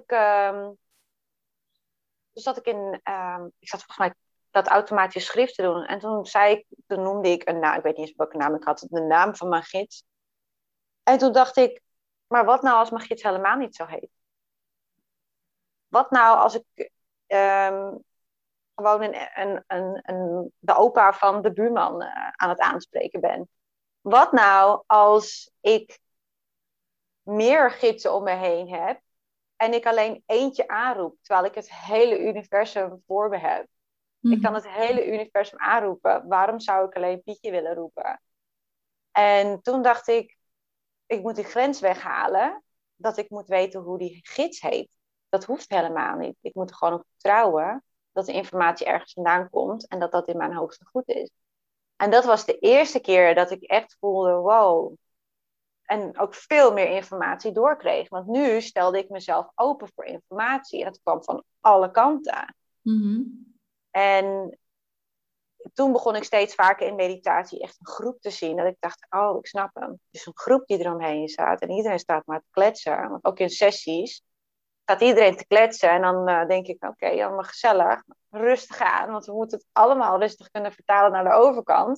Speaker 2: ik zat volgens mij dat automatisch schrift te doen. En toen noemde ik een naam, ik weet niet eens welke naam ik had, de naam van mijn gids. En toen dacht ik, maar wat nou als mijn gids helemaal niet zo heet? Wat nou als ik gewoon de opa van de buurman aan het aanspreken ben? Wat nou als ik meer gidsen om me heen heb en ik alleen eentje aanroep, terwijl ik het hele universum voor me heb? Ik kan
Speaker 1: Mhm.
Speaker 2: het hele universum aanroepen. Waarom zou ik alleen Pietje willen roepen? En toen dacht ik moet die grens weghalen. Dat ik moet weten hoe die gids heet. Dat hoeft helemaal niet. Ik moet er gewoon op vertrouwen dat de informatie ergens vandaan komt en dat dat in mijn hoogste goed is. En dat was de eerste keer dat ik echt voelde, wow. En ook veel meer informatie doorkreeg. Want nu stelde ik mezelf open voor informatie. En dat kwam van alle kanten.
Speaker 1: Mhm.
Speaker 2: En toen begon ik steeds vaker in meditatie echt een groep te zien. Dat ik dacht, oh, ik snap hem. Het is een groep die eromheen staat. En iedereen staat maar te kletsen. Want ook in sessies staat iedereen te kletsen. En dan denk ik, oké, allemaal gezellig. Rustig aan. Want we moeten het allemaal rustig kunnen vertalen naar de overkant.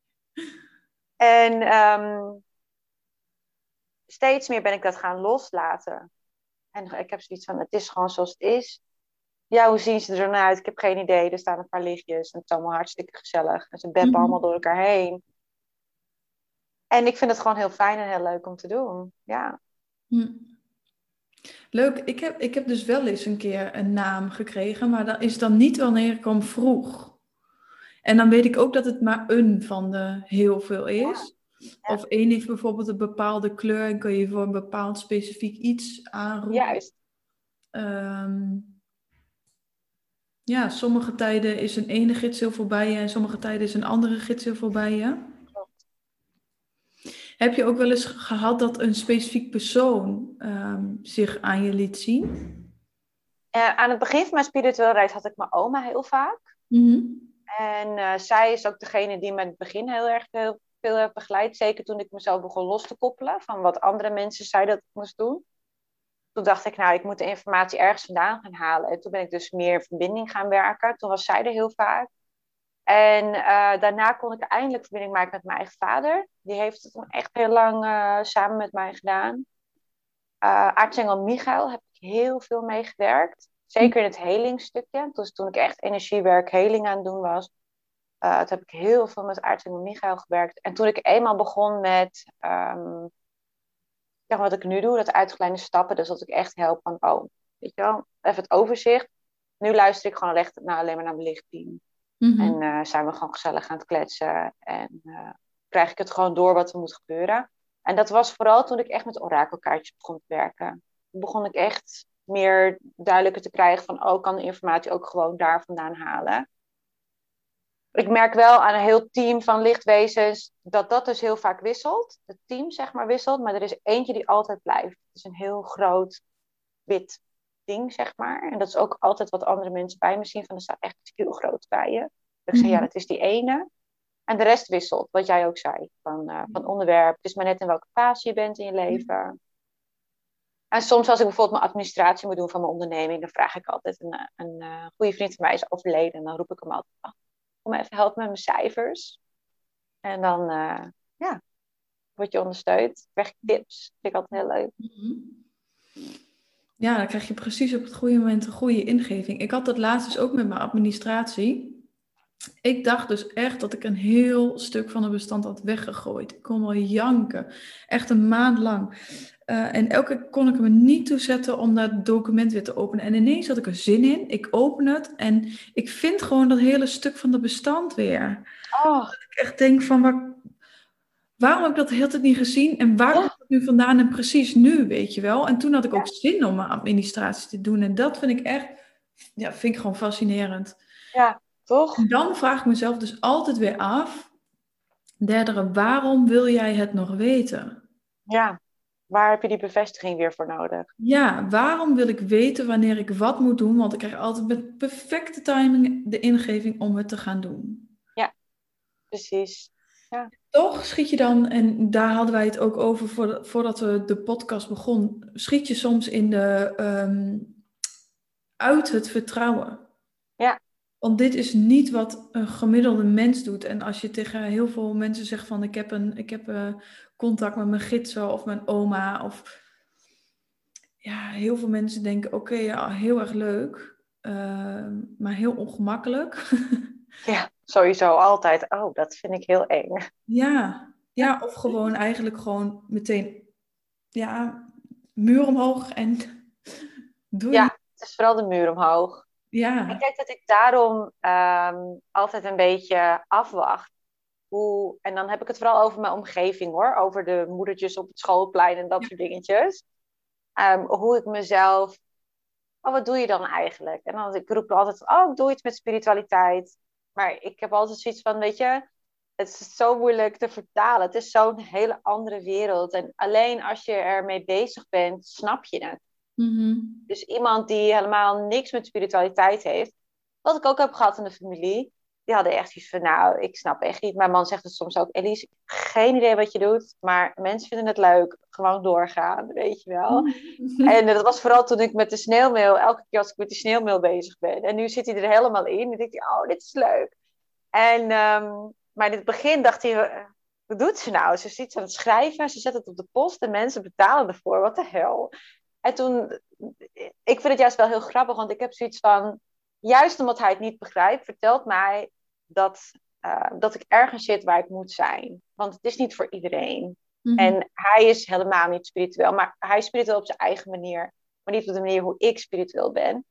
Speaker 2: En steeds meer ben ik dat gaan loslaten. En ik heb zoiets van, het is gewoon zoals het is. Ja, hoe zien ze er dan uit? Ik heb geen idee. Er staan een paar lichtjes en het is allemaal hartstikke gezellig. En ze beppen allemaal
Speaker 1: Mhm.
Speaker 2: door elkaar heen. En ik vind het gewoon heel fijn en heel leuk om te doen. Ja.
Speaker 1: Hm. Leuk, ik heb dus wel eens een keer een naam gekregen, maar dat is dan niet wanneer ik hem vroeg. En dan weet ik ook dat het maar een van de heel veel
Speaker 2: Ja,
Speaker 1: is.
Speaker 2: ja.
Speaker 1: Of één heeft bijvoorbeeld een bepaalde kleur en kun je voor een bepaald specifiek iets aanroepen.
Speaker 2: Juist.
Speaker 1: Ehm, ja, sommige tijden is een ene gids heel veel bij je en sommige tijden is een andere gids heel veel bij je. Heb je ook wel eens gehad dat een specifiek persoon zich aan je liet zien?
Speaker 2: Aan het begin van mijn spirituele reis had ik mijn oma heel vaak.
Speaker 1: Mhm.
Speaker 2: En zij is ook degene die me in het begin heel veel heeft begeleid. Zeker toen ik mezelf begon los te koppelen van wat andere mensen zeiden dat ik moest doen. Toen dacht ik, nou, ik moet de informatie ergens vandaan gaan halen. En toen ben ik dus meer in verbinding gaan werken. Toen was zij er heel vaak. En daarna kon ik eindelijk verbinding maken met mijn eigen vader. Die heeft het toen echt heel lang samen met mij gedaan. Aartsengel Michael heb ik heel veel meegewerkt. Zeker in het helingstukje. Dus toen ik echt energiewerk, heling aan het doen was. Toen heb ik heel veel met Aartsengel Michael gewerkt. En toen ik eenmaal begon met Ja, wat ik nu doe, dat uit kleine stappen. Dus dat ik echt help van, oh, weet je wel, even het overzicht. Nu luister ik gewoon echt alleen maar naar mijn lichtteam.
Speaker 1: Mhm.
Speaker 2: En zijn we gewoon gezellig aan het kletsen. En krijg ik het gewoon door wat er moet gebeuren. En dat was vooral toen ik echt met orakelkaartjes begon te werken. Toen begon ik echt meer duidelijker te krijgen van, oh, ik kan de informatie ook gewoon daar vandaan halen. Ik merk wel aan een heel team van lichtwezens dat dat dus heel vaak wisselt. Het team, zeg maar, wisselt. Maar er is eentje die altijd blijft. Het is een heel groot wit ding, zeg maar. En dat is ook altijd wat andere mensen bij me zien. Van, er staat echt iets heel groot bij je. Ik zeg, ja,
Speaker 1: Mhm.
Speaker 2: dat is die ene. En de rest wisselt, wat jij ook zei. Van onderwerp. Het is maar net in welke fase je bent in je leven. En soms als ik bijvoorbeeld mijn administratie moet doen van mijn onderneming, dan vraag ik altijd een goede vriend van mij is overleden. En dan roep ik hem altijd af. Kom even helpen met mijn cijfers. En dan ja, word je ondersteund. Krijg ik tips. Vind ik altijd heel leuk.
Speaker 1: Mhm. Ja, dan krijg je precies op het goede moment een goede ingeving. Ik had dat laatst dus ook met mijn administratie. Ik dacht dus echt dat ik een heel stuk van het bestand had weggegooid. Ik kon wel janken. Echt een maand lang. En elke keer kon ik me niet toezetten om dat document weer te openen. En ineens had ik er zin in. Ik open het en ik vind gewoon dat hele stuk van het bestand weer.
Speaker 2: Oh,
Speaker 1: Ik echt denk van, waarom heb ik dat de hele tijd niet gezien? En waar
Speaker 2: ja,
Speaker 1: komt het nu vandaan? En precies nu, weet je wel. En toen had ik ook
Speaker 2: ja,
Speaker 1: zin om mijn administratie te doen. En dat vind ik echt, ja, vind ik gewoon fascinerend.
Speaker 2: ja,
Speaker 1: En
Speaker 2: toch?
Speaker 1: dan vraag ik mezelf dus altijd weer af, derdere, waarom wil jij het nog weten?
Speaker 2: Ja, waar heb je die bevestiging weer voor nodig?
Speaker 1: Ja, waarom wil ik weten wanneer ik wat moet doen? Want ik krijg altijd met perfecte timing de ingeving om het te gaan doen.
Speaker 2: Ja, precies. Ja,
Speaker 1: Toch schiet je dan, en daar hadden wij het ook over voordat we de podcast begon, schiet je soms in uit het vertrouwen.
Speaker 2: ja,
Speaker 1: Want dit is niet wat een gemiddelde mens doet. En als je tegen heel veel mensen zegt van ik heb contact met mijn gidsen of mijn oma. Of ja, heel veel mensen denken oké, ja, heel erg leuk. Maar heel ongemakkelijk.
Speaker 2: ja, sowieso altijd. Oh, dat vind ik heel eng.
Speaker 1: Ja, ja, of gewoon eigenlijk gewoon meteen ja, muur omhoog en doe je
Speaker 2: Ja,
Speaker 1: niet.
Speaker 2: het is vooral de muur omhoog. Ik
Speaker 1: Ja.
Speaker 2: denk dat ik daarom altijd een beetje afwacht. En dan heb ik het vooral over mijn omgeving hoor. Over de moedertjes op het schoolplein en dat
Speaker 1: Ja.
Speaker 2: soort dingetjes. Hoe ik mezelf. Oh, wat doe je dan eigenlijk? En dan ik roep altijd, oh, ik doe iets met spiritualiteit. Maar ik heb altijd zoiets van, weet je, het is zo moeilijk te vertalen. Het is zo'n hele andere wereld. En alleen als je ermee bezig bent, snap je het.
Speaker 1: Mhm.
Speaker 2: Dus iemand die helemaal niks met spiritualiteit heeft, wat ik ook heb gehad in de familie, die hadden echt iets van, nou, ik snap echt niet. Mijn man zegt het soms ook, Elise, geen idee wat je doet, maar mensen vinden het leuk. Gewoon doorgaan, weet je wel. En dat was vooral toen ik met de sneeuwmeel, elke keer als ik met die sneeuwmeel bezig ben. En nu zit hij er helemaal in. Dan denk hij, oh, dit is leuk. En, maar in het begin dacht hij, wat doet ze nou? Ze zit aan het schrijven, ze zet het op de post en mensen betalen ervoor. Wat de hel? En toen, ik vind het juist wel heel grappig, want ik heb zoiets van, juist omdat hij het niet begrijpt, vertelt mij dat ik ergens zit waar ik moet zijn. Want het is niet voor iedereen.
Speaker 1: Mhm.
Speaker 2: En hij is helemaal niet spiritueel, maar hij is spiritueel op zijn eigen manier, maar niet op de manier hoe ik spiritueel ben.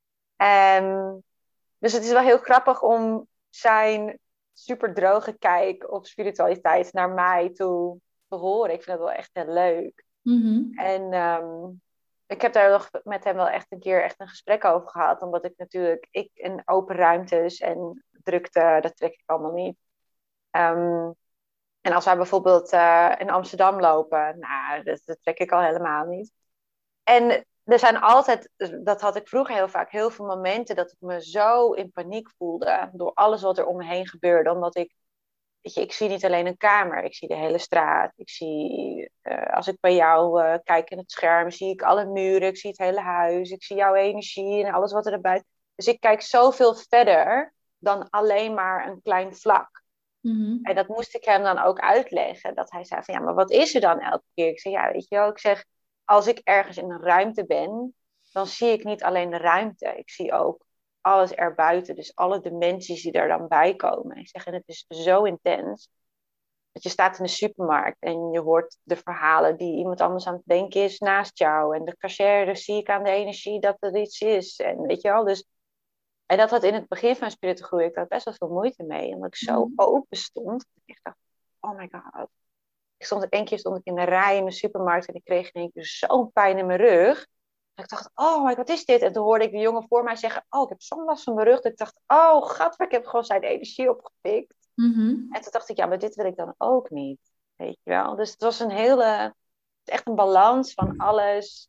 Speaker 2: En, dus het is wel heel grappig om zijn super droge kijk op spiritualiteit naar mij toe te horen. Ik vind het wel echt heel leuk.
Speaker 1: Mhm.
Speaker 2: En ik heb daar nog met hem wel echt een keer echt een gesprek over gehad. Omdat ik natuurlijk, in open ruimtes en drukte, dat trek ik allemaal niet. Ehm, en als wij bijvoorbeeld in Amsterdam lopen, nou, dat trek ik al helemaal niet. En er zijn altijd, dat had ik vroeger heel vaak, heel veel momenten dat ik me zo in paniek voelde door alles wat er om me heen gebeurde. Omdat ik, weet je, ik zie niet alleen een kamer, ik zie de hele straat. Ik zie, als ik bij jou kijk in het scherm, zie ik alle muren, ik zie het hele huis, ik zie jouw energie en alles wat er erbij. Dus ik kijk zoveel verder dan alleen maar een klein vlak.
Speaker 1: Mhm.
Speaker 2: En dat moest ik hem dan ook uitleggen. Dat hij zei van ja, maar wat is er dan elke keer? Ik zeg ja, weet je wel, ik zeg als ik ergens in een ruimte ben, dan zie ik niet alleen de ruimte. Ik zie ook alles erbuiten. Dus alle dimensies die er dan bij komen. Ik zeg en het is zo intens. Dat je staat in de supermarkt en je hoort de verhalen die iemand anders aan het denken is naast jou. En de cashier, zie ik aan de energie dat er iets is. En weet je wel, dus... En dat had in het begin van spirituele groei, ik had best wel veel moeite mee. Omdat ik zo open stond. Ik dacht, oh my god. Eén keer stond ik in de rij in de supermarkt en ik kreeg in één keer zo'n pijn in mijn rug. Dat ik dacht, oh my god, wat is dit? En toen hoorde ik de jongen voor mij zeggen, oh, ik heb zo'n last van mijn rug. Dat ik dacht, oh, gadver, ik heb gewoon zijn energie opgepikt. En toen dacht ik, ja, maar dit wil ik dan ook niet. Weet je wel? Dus het was het is echt een balans van alles.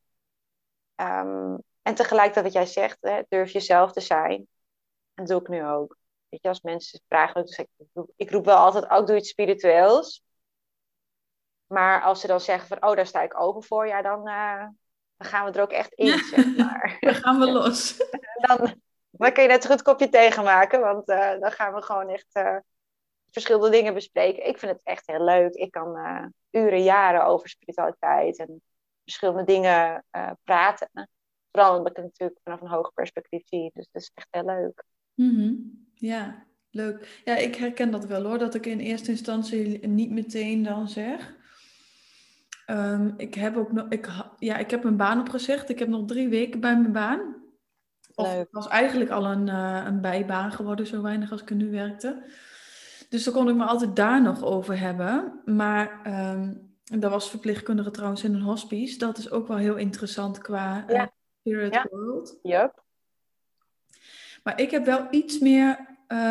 Speaker 2: En tegelijkertijd wat jij zegt, hè, durf jezelf te zijn. En dat doe ik nu ook. Weet je, als mensen vragen, dus ik roep wel altijd, ook doe iets spiritueels. Maar als ze dan zeggen van, oh, daar sta ik open voor, ja, dan gaan we er ook echt in, zeg maar.
Speaker 1: Dan gaan we los.
Speaker 2: Dan kun je net een goed kopje tegen maken, want dan gaan we gewoon echt verschillende dingen bespreken. Ik vind het echt heel leuk. Ik kan uren, jaren over spiritualiteit en verschillende dingen praten. Vooral omdat ik het natuurlijk vanaf een hoger perspectief zie. Dus dat is echt heel leuk.
Speaker 1: Ja, leuk. Ja, ik herken dat wel hoor, dat ik in eerste instantie niet meteen dan zeg. Ik heb ook nog, ik heb mijn baan opgezegd. Ik heb nog 3 weken bij mijn baan. Of
Speaker 2: Leuk.
Speaker 1: het was eigenlijk al een bijbaan geworden, zo weinig als ik er nu werkte. Dus dan kon ik me altijd daar nog over hebben. Maar dat was verpleegkundige trouwens in een hospice. Dat is ook wel heel interessant qua spirit world.
Speaker 2: Yep.
Speaker 1: Maar ik heb wel iets meer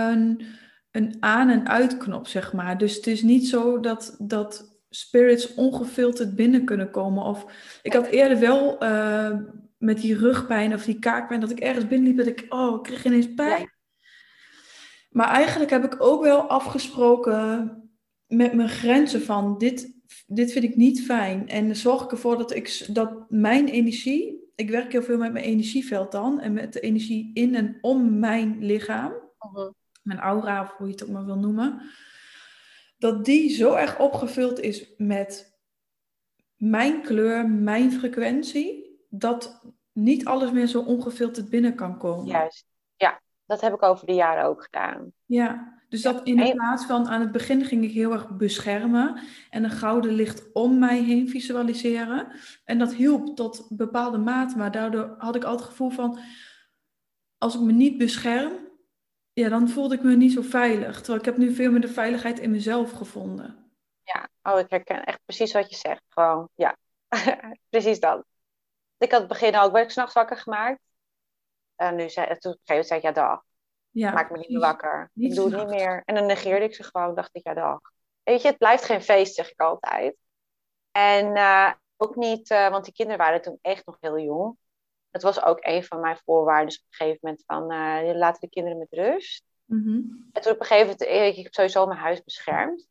Speaker 1: een aan- en uitknop, zeg maar. Dus het is niet zo dat spirits ongefilterd binnen kunnen komen. Of ik had eerder wel met die rugpijn of die kaakpijn, dat ik ergens binnenliep dat ik kreeg ineens pijn. Ja. Maar eigenlijk heb ik ook wel afgesproken met mijn grenzen van dit vind ik niet fijn. En dan zorg ik ervoor dat mijn energie, ik werk heel veel met mijn energieveld dan, en met de energie in en om mijn lichaam, mijn aura of hoe je het ook maar wil noemen, dat die zo erg opgevuld is met mijn kleur, mijn frequentie, dat niet alles meer zo ongefilterd binnen kan komen.
Speaker 2: Juist, ja. Dat heb ik over de jaren ook gedaan.
Speaker 1: Ja, dus dat in de plaats van aan het begin ging ik heel erg beschermen en een gouden licht om mij heen visualiseren. En dat hielp tot bepaalde mate, maar daardoor had ik altijd het gevoel van, als ik me niet bescherm, ja, dan voelde ik me niet zo veilig. Terwijl ik heb nu veel meer de veiligheid in mezelf gevonden.
Speaker 2: Ja, ik herken echt precies wat je zegt. Gewoon, ja, precies dat. Ik had het begin ook, werd ik 's nachts wakker gemaakt. En toen op een gegeven moment zei ik, ja dag.
Speaker 1: Ja,
Speaker 2: maak me niet meer wakker. Ik doe het niet meer. En dan negeerde ik ze gewoon. Dacht ik, ja dag. Weet je, het blijft geen feest, zeg ik altijd. En ook niet, want die kinderen waren toen echt nog heel jong. Het was ook een van mijn voorwaarden op een gegeven moment van, laten de kinderen met rust. En toen op een gegeven moment, ik heb sowieso mijn huis beschermd.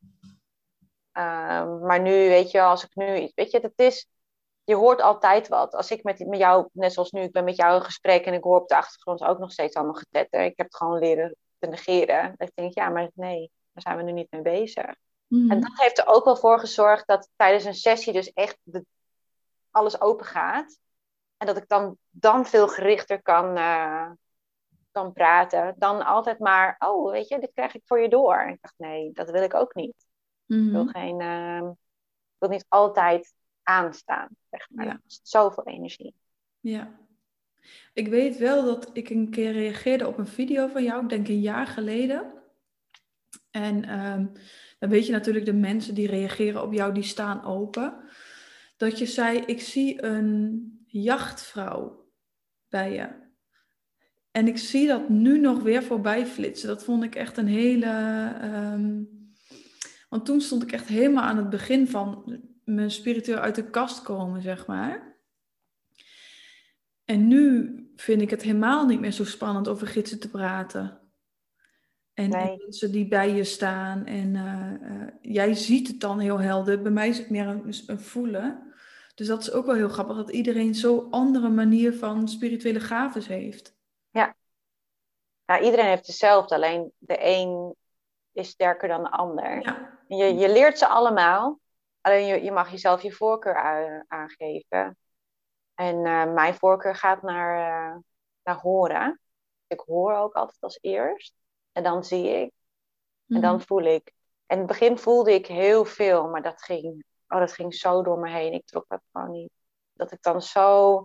Speaker 2: Maar nu, weet je, als ik nu, weet je, dat is, je hoort altijd wat. Als ik met jou, net zoals nu, ik ben met jou in gesprek en ik hoor op de achtergrond ook nog steeds allemaal getetter. Ik heb het gewoon leren te negeren. Dat ik denk, ja, maar nee, daar zijn we nu niet mee bezig. En dat heeft er ook wel voor gezorgd dat tijdens een sessie dus echt alles open gaat. En dat ik dan veel gerichter kan praten. Dan altijd maar, oh, weet je, dit krijg ik voor je door. En ik dacht, nee, dat wil ik ook niet. Ik wil niet altijd aanstaan, zeg maar. Dat is zoveel energie.
Speaker 1: Ja. Ik weet wel dat ik een keer reageerde op een video van jou, ik denk een jaar geleden. En dan weet je natuurlijk, de mensen die reageren op jou, die staan open. Dat je zei, ik zie een jachtvrouw bij je. En ik zie dat nu nog weer voorbij flitsen. Dat vond ik echt een hele... want toen stond ik echt helemaal aan het begin van mijn spiritueel uit de kast komen, zeg maar. En nu vind ik het helemaal niet meer zo spannend over gidsen te praten. En mensen die bij je staan. En jij ziet het dan heel helder. Bij mij is het meer een voelen. Dus dat is ook wel heel grappig. Dat iedereen zo'n andere manier van spirituele gaves heeft.
Speaker 2: Ja. Nou, iedereen heeft hetzelfde. Alleen de een is sterker dan de ander.
Speaker 1: Ja.
Speaker 2: Je leert ze allemaal. Alleen je mag jezelf je voorkeur aangeven. En mijn voorkeur gaat naar horen. Ik hoor ook altijd als eerst. En dan zie ik. En dan voel ik. En in het begin voelde ik heel veel, maar dat ging zo door me heen. Ik trok dat gewoon niet. Dat ik dan zo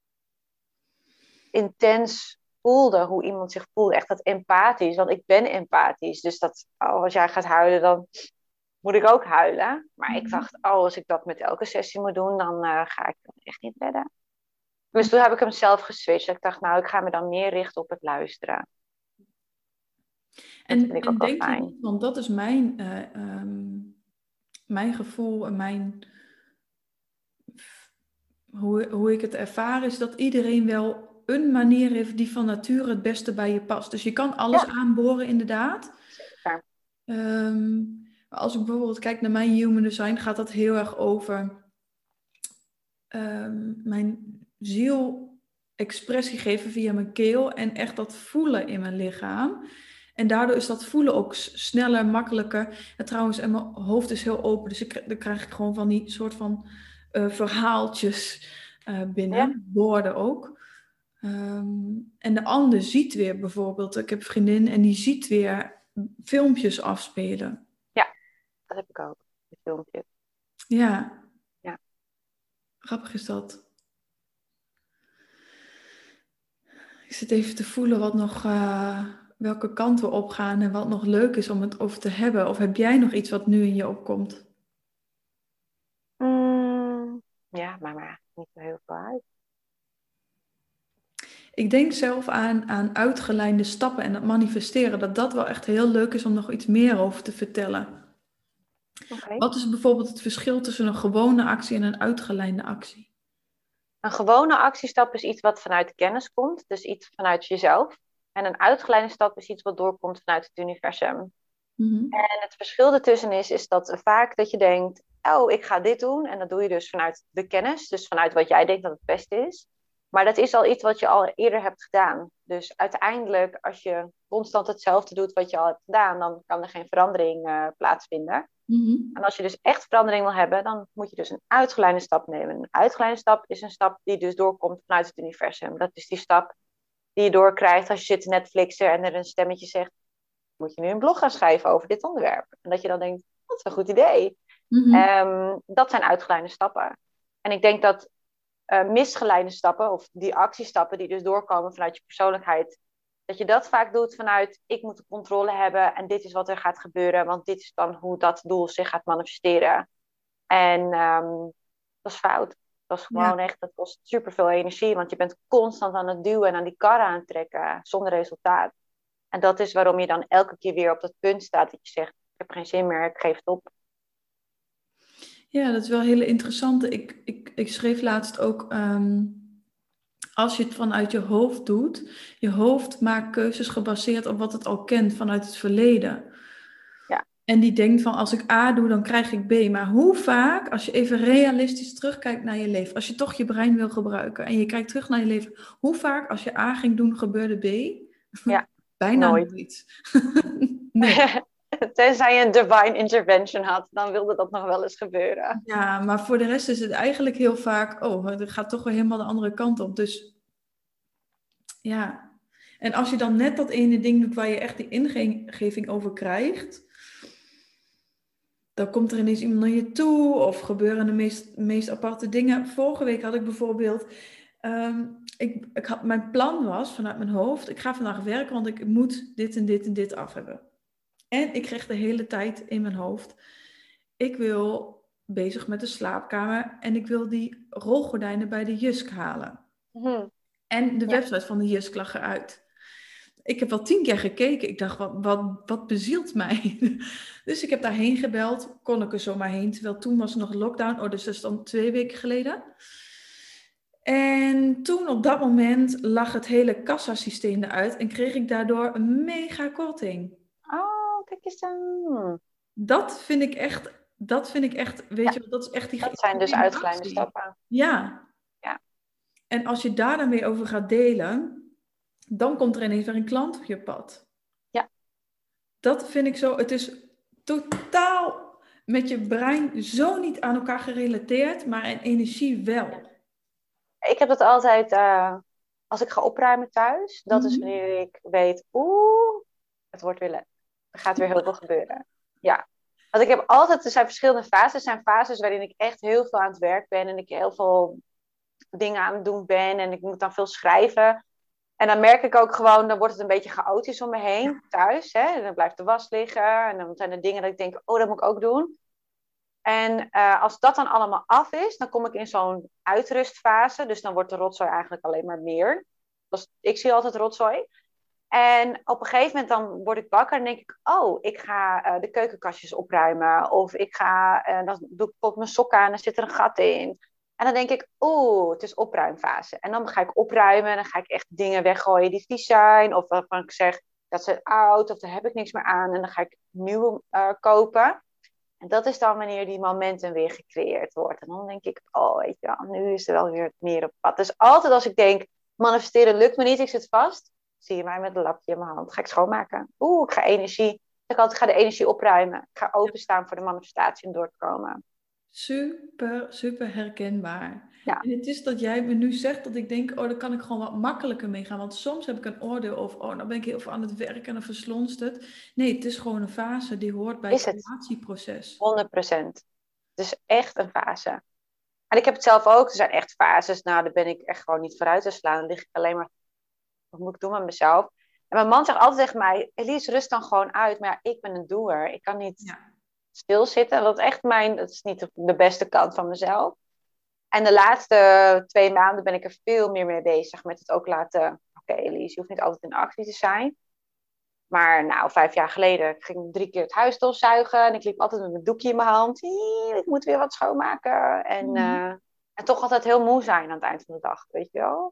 Speaker 2: intens voelde hoe iemand zich voelde. Echt dat empathisch, want ik ben empathisch. Dus als jij gaat huilen, dan moet ik ook huilen. Maar ik dacht, als ik dat met elke sessie moet doen, dan ga ik het echt niet redden. Dus toen heb ik hem zelf geswitcht. Ik dacht, nou, ik ga me dan meer richten op het luisteren. Dat vind ik
Speaker 1: En
Speaker 2: ook wel
Speaker 1: denk je
Speaker 2: fijn.
Speaker 1: niet, want dat is mijn gevoel en hoe ik het ervaar, is dat iedereen wel een manier heeft die van nature het beste bij je past. Dus je kan alles
Speaker 2: Ja,
Speaker 1: aanboren, inderdaad.
Speaker 2: zeker.
Speaker 1: Maar als ik bijvoorbeeld kijk naar mijn human design, gaat dat heel erg over mijn ziel expressie geven via mijn keel en echt dat voelen in mijn lichaam. En daardoor is dat voelen ook sneller, makkelijker. En trouwens, en mijn hoofd is heel open, dus dan krijg ik gewoon van die soort van verhaaltjes
Speaker 2: Ja,
Speaker 1: binnen, woorden ook. En de ander ziet weer bijvoorbeeld, ik heb een vriendin en die ziet weer filmpjes afspelen.
Speaker 2: ja, dat heb ik ook. Die filmpjes.
Speaker 1: Ja,
Speaker 2: Ja.
Speaker 1: grappig is dat. Ik zit even te voelen wat nog, welke kant we opgaan en wat nog leuk is om het over te hebben. Of heb jij nog iets wat nu in je opkomt?
Speaker 2: Ja, maar niet zo heel veel uit.
Speaker 1: Ik denk zelf aan uitgelijnde stappen en dat manifesteren, dat dat wel echt heel leuk is om nog iets meer over te vertellen.
Speaker 2: Oké.
Speaker 1: Wat is bijvoorbeeld het verschil tussen een gewone actie en een uitgelijnde actie?
Speaker 2: Een gewone actiestap is iets wat vanuit de kennis komt, dus iets vanuit jezelf. En een uitgeleide stap is iets wat doorkomt vanuit het universum.
Speaker 1: Mhm.
Speaker 2: En het verschil ertussen is dat vaak dat je denkt, oh, ik ga dit doen. En dat doe je dus vanuit de kennis, dus vanuit wat jij denkt dat het beste is. Maar dat is al iets wat je al eerder hebt gedaan. Dus uiteindelijk, als je constant hetzelfde doet wat je al hebt gedaan, dan kan er geen verandering plaatsvinden.
Speaker 1: Mhm.
Speaker 2: En als je dus echt verandering wil hebben, dan moet je dus een uitgeleide stap nemen. Een uitgeleide stap is een stap die dus doorkomt vanuit het universum. Dat is die stap die je doorkrijgt als je zit te Netflixen en er een stemmetje zegt, moet je nu een blog gaan schrijven over dit onderwerp? En dat je dan denkt, dat is een goed idee.
Speaker 1: Mhm.
Speaker 2: Dat zijn uitgeleide stappen. En ik denk dat misgeleide stappen, of die actiestappen die dus doorkomen vanuit je persoonlijkheid, dat je dat vaak doet vanuit, ik moet de controle hebben en dit is wat er gaat gebeuren, want dit is dan hoe dat doel zich gaat manifesteren. En dat is fout. Dat is
Speaker 1: Ja.
Speaker 2: gewoon echt, dat kost superveel energie, want je bent constant aan het duwen en aan die kar aan het trekken, zonder resultaat. En dat is waarom je dan elke keer weer op dat punt staat dat je zegt, ik heb geen zin meer, ik geef het op.
Speaker 1: Ja, dat is wel een hele interessante. Ik schreef laatst ook, als je het vanuit je hoofd doet, je hoofd maakt keuzes gebaseerd op wat het al kent vanuit het verleden.
Speaker 2: Ja.
Speaker 1: En die denkt van, als ik A doe, dan krijg ik B. Maar hoe vaak, als je even realistisch terugkijkt naar je leven, als je toch je brein wil gebruiken en je kijkt terug naar je leven, hoe vaak als je A ging doen, gebeurde B?
Speaker 2: Ja,
Speaker 1: Bijna
Speaker 2: nooit.
Speaker 1: nooit. Nee.
Speaker 2: Tenzij je een divine intervention had, dan wilde dat nog wel eens gebeuren.
Speaker 1: Ja, maar voor de rest is het eigenlijk heel vaak, oh, het gaat toch weer helemaal de andere kant op. Dus ja. En als je dan net dat ene ding doet waar je echt die ingeving over krijgt, dan komt er ineens iemand naar je toe of gebeuren de meest aparte dingen. Vorige week had ik bijvoorbeeld, mijn plan was vanuit mijn hoofd, ik ga vandaag werken, want ik moet dit en dit en dit af hebben. En ik kreeg de hele tijd in mijn hoofd, ik wil bezig met de slaapkamer en ik wil die rolgordijnen bij de Jusk halen.
Speaker 2: Mhm.
Speaker 1: En de
Speaker 2: Ja.
Speaker 1: website van de Jusk lag eruit. Ik heb wel 10 keer gekeken. Ik dacht, wat bezielt mij? Dus ik heb daarheen gebeld. Kon ik er zomaar heen. Terwijl toen was er nog lockdown. Oh, dus dat is dan 2 weken geleden. En toen op dat moment lag het hele kassasysteem eruit. En kreeg ik daardoor een mega korting.
Speaker 2: Oh, kijk eens dan.
Speaker 1: Dat vind ik echt, weet
Speaker 2: Ja,
Speaker 1: je, dat is echt die
Speaker 2: dat zijn dus
Speaker 1: geïntegreerde
Speaker 2: uitgeleide
Speaker 1: actie.
Speaker 2: stappen.
Speaker 1: Ja.
Speaker 2: Ja.
Speaker 1: En als je daar dan weer over gaat delen, dan komt er ineens weer een klant op je pad.
Speaker 2: Ja.
Speaker 1: Dat vind ik zo, het is totaal met je brein zo niet aan elkaar gerelateerd, maar in energie wel.
Speaker 2: Ik heb dat altijd, als ik ga opruimen thuis, dat is
Speaker 1: Mhm.
Speaker 2: wanneer ik weet, het wordt weer leuk. Er gaat weer heel veel gebeuren. Ja. heb altijd, er zijn verschillende fases. Er zijn fases waarin ik echt heel veel aan het werk ben en ik heel veel dingen aan het doen ben en ik moet dan veel schrijven. En dan merk ik ook gewoon, dan wordt het een beetje chaotisch om me heen thuis. Hè? En dan blijft de was liggen en dan zijn er dingen dat ik denk, oh, dat moet ik ook doen. En als dat dan allemaal af is, dan kom ik in zo'n uitrustfase. Dus dan wordt de rotzooi eigenlijk alleen maar meer. Ik zie altijd rotzooi. En op een gegeven moment dan word ik wakker en denk ik, oh, ik ga de keukenkastjes opruimen. Of ik ga, dan doe ik op mijn sokken aan en er zit er een gat in. En dan denk ik, oeh, het is opruimfase. En dan ga ik opruimen en dan ga ik echt dingen weggooien die vies zijn. Of waarvan ik zeg, dat zijn oud of daar heb ik niks meer aan. En dan ga ik nieuwe kopen. En dat is dan wanneer die momentum weer gecreëerd wordt. En dan denk ik, oh, weet je wel, nu is er wel weer meer op pad. Dus altijd als ik denk, manifesteren lukt me niet, ik zit vast. Zie je mij met een lapje in mijn hand. Ga ik schoonmaken. Oeh, ik ga energie. Ik ga de energie opruimen. Ik ga openstaan voor de manifestatie en door te komen.
Speaker 1: Super, super herkenbaar.
Speaker 2: Ja.
Speaker 1: En het is dat jij me nu zegt dat ik denk, oh, daar kan ik gewoon wat makkelijker mee gaan. Want soms heb ik een oordeel over, oh, nou ben ik heel veel aan het werken en dan verslonst het. Nee, het is gewoon een fase die hoort bij
Speaker 2: Is
Speaker 1: het
Speaker 2: het?
Speaker 1: relatieproces.
Speaker 2: 100%. Het is echt een fase. En ik heb het zelf ook. Er zijn echt fases. Nou, daar ben ik echt gewoon niet vooruit te slaan. Dan lig ik alleen maar, wat moet ik doen met mezelf? En mijn man zegt altijd tegen mij, Elise, rust dan gewoon uit. Maar ja, ik ben een doer. Ik kan niet stilzitten. Dat is echt dat is niet de beste kant van mezelf. En de laatste 2 maanden ben ik er veel meer mee bezig. Met het ook laten, oké, Elise, je hoeft niet altijd in actie te zijn. Maar nou, 5 jaar geleden ging ik 3 keer het huis stofzuigen. En ik liep altijd met mijn doekje in mijn hand. Ik moet weer wat schoonmaken. En toch altijd heel moe zijn aan het eind van de dag, weet je wel.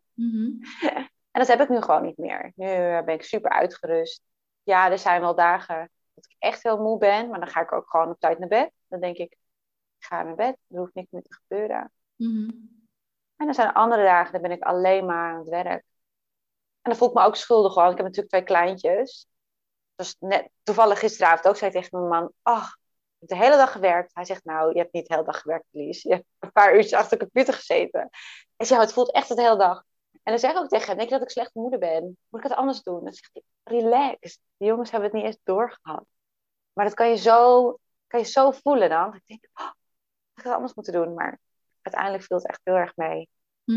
Speaker 2: En dat heb ik nu gewoon niet meer. Nu ben ik super uitgerust. Ja, er zijn wel dagen dat ik echt heel moe ben. Maar dan ga ik ook gewoon op tijd naar bed. Dan denk ik ga naar bed. Er hoeft niks meer te gebeuren. En dan zijn er andere dagen, dan ben ik alleen maar aan het werk. En dan voel ik me ook schuldig, want ik heb natuurlijk 2 kleintjes. Dus net, toevallig gisteravond ook zei ik tegen mijn man, ach, ik heb de hele dag gewerkt. Hij zegt, nou, je hebt niet de hele dag gewerkt, Lies. Je hebt een paar uurtjes achter de computer gezeten. Ik zeg, het voelt echt de hele dag. En dan zeg ik ook tegen hem, denk je dat ik slechte moeder ben? Moet ik het anders doen? Dan zegt hij, relax. De jongens hebben het niet eens doorgehad. Maar dat kan je zo voelen dan. Ik denk, oh, ik had het anders moeten doen. Maar uiteindelijk viel het echt heel erg mee.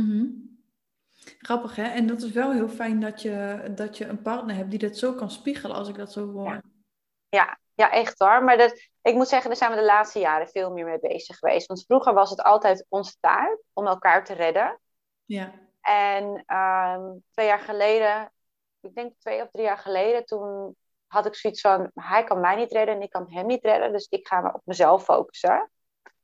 Speaker 1: Grappig, hè? En dat is wel heel fijn dat je een partner hebt die dat zo kan spiegelen, als ik dat zo hoor.
Speaker 2: Ja, echt hoor. Maar ik moet zeggen, daar zijn we de laatste jaren veel meer mee bezig geweest. Want vroeger was het altijd onze taak om elkaar te redden.
Speaker 1: Ja.
Speaker 2: En 2 jaar geleden, ik denk 2 of 3 jaar geleden, toen had ik zoiets van, hij kan mij niet redden en ik kan hem niet redden. Dus ik ga me op mezelf focussen.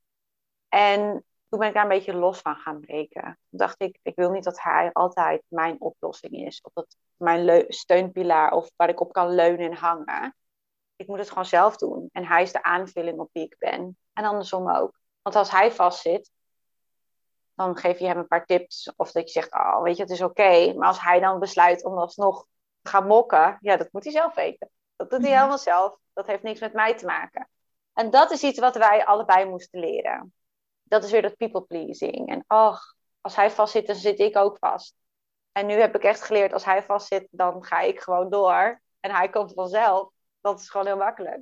Speaker 2: En toen ben ik daar een beetje los van gaan breken. Toen dacht ik wil niet dat hij altijd mijn oplossing is. Of dat mijn steunpilaar of waar ik op kan leunen en hangen. Ik moet het gewoon zelf doen. En hij is de aanvulling op wie ik ben. En andersom ook. Want als hij vastzit, dan geef je hem een paar tips. Of dat je zegt, oh, weet je, het is oké. Maar als hij dan besluit om alsnog te gaan mokken, ja, dat moet hij zelf weten. Dat doet hij helemaal zelf. Dat heeft niks met mij te maken. En dat is iets wat wij allebei moesten leren. Dat is weer dat people pleasing. En als hij vastzit, dan zit ik ook vast. En nu heb ik echt geleerd, als hij vastzit, dan ga ik gewoon door. En hij komt vanzelf. Dat is gewoon heel makkelijk.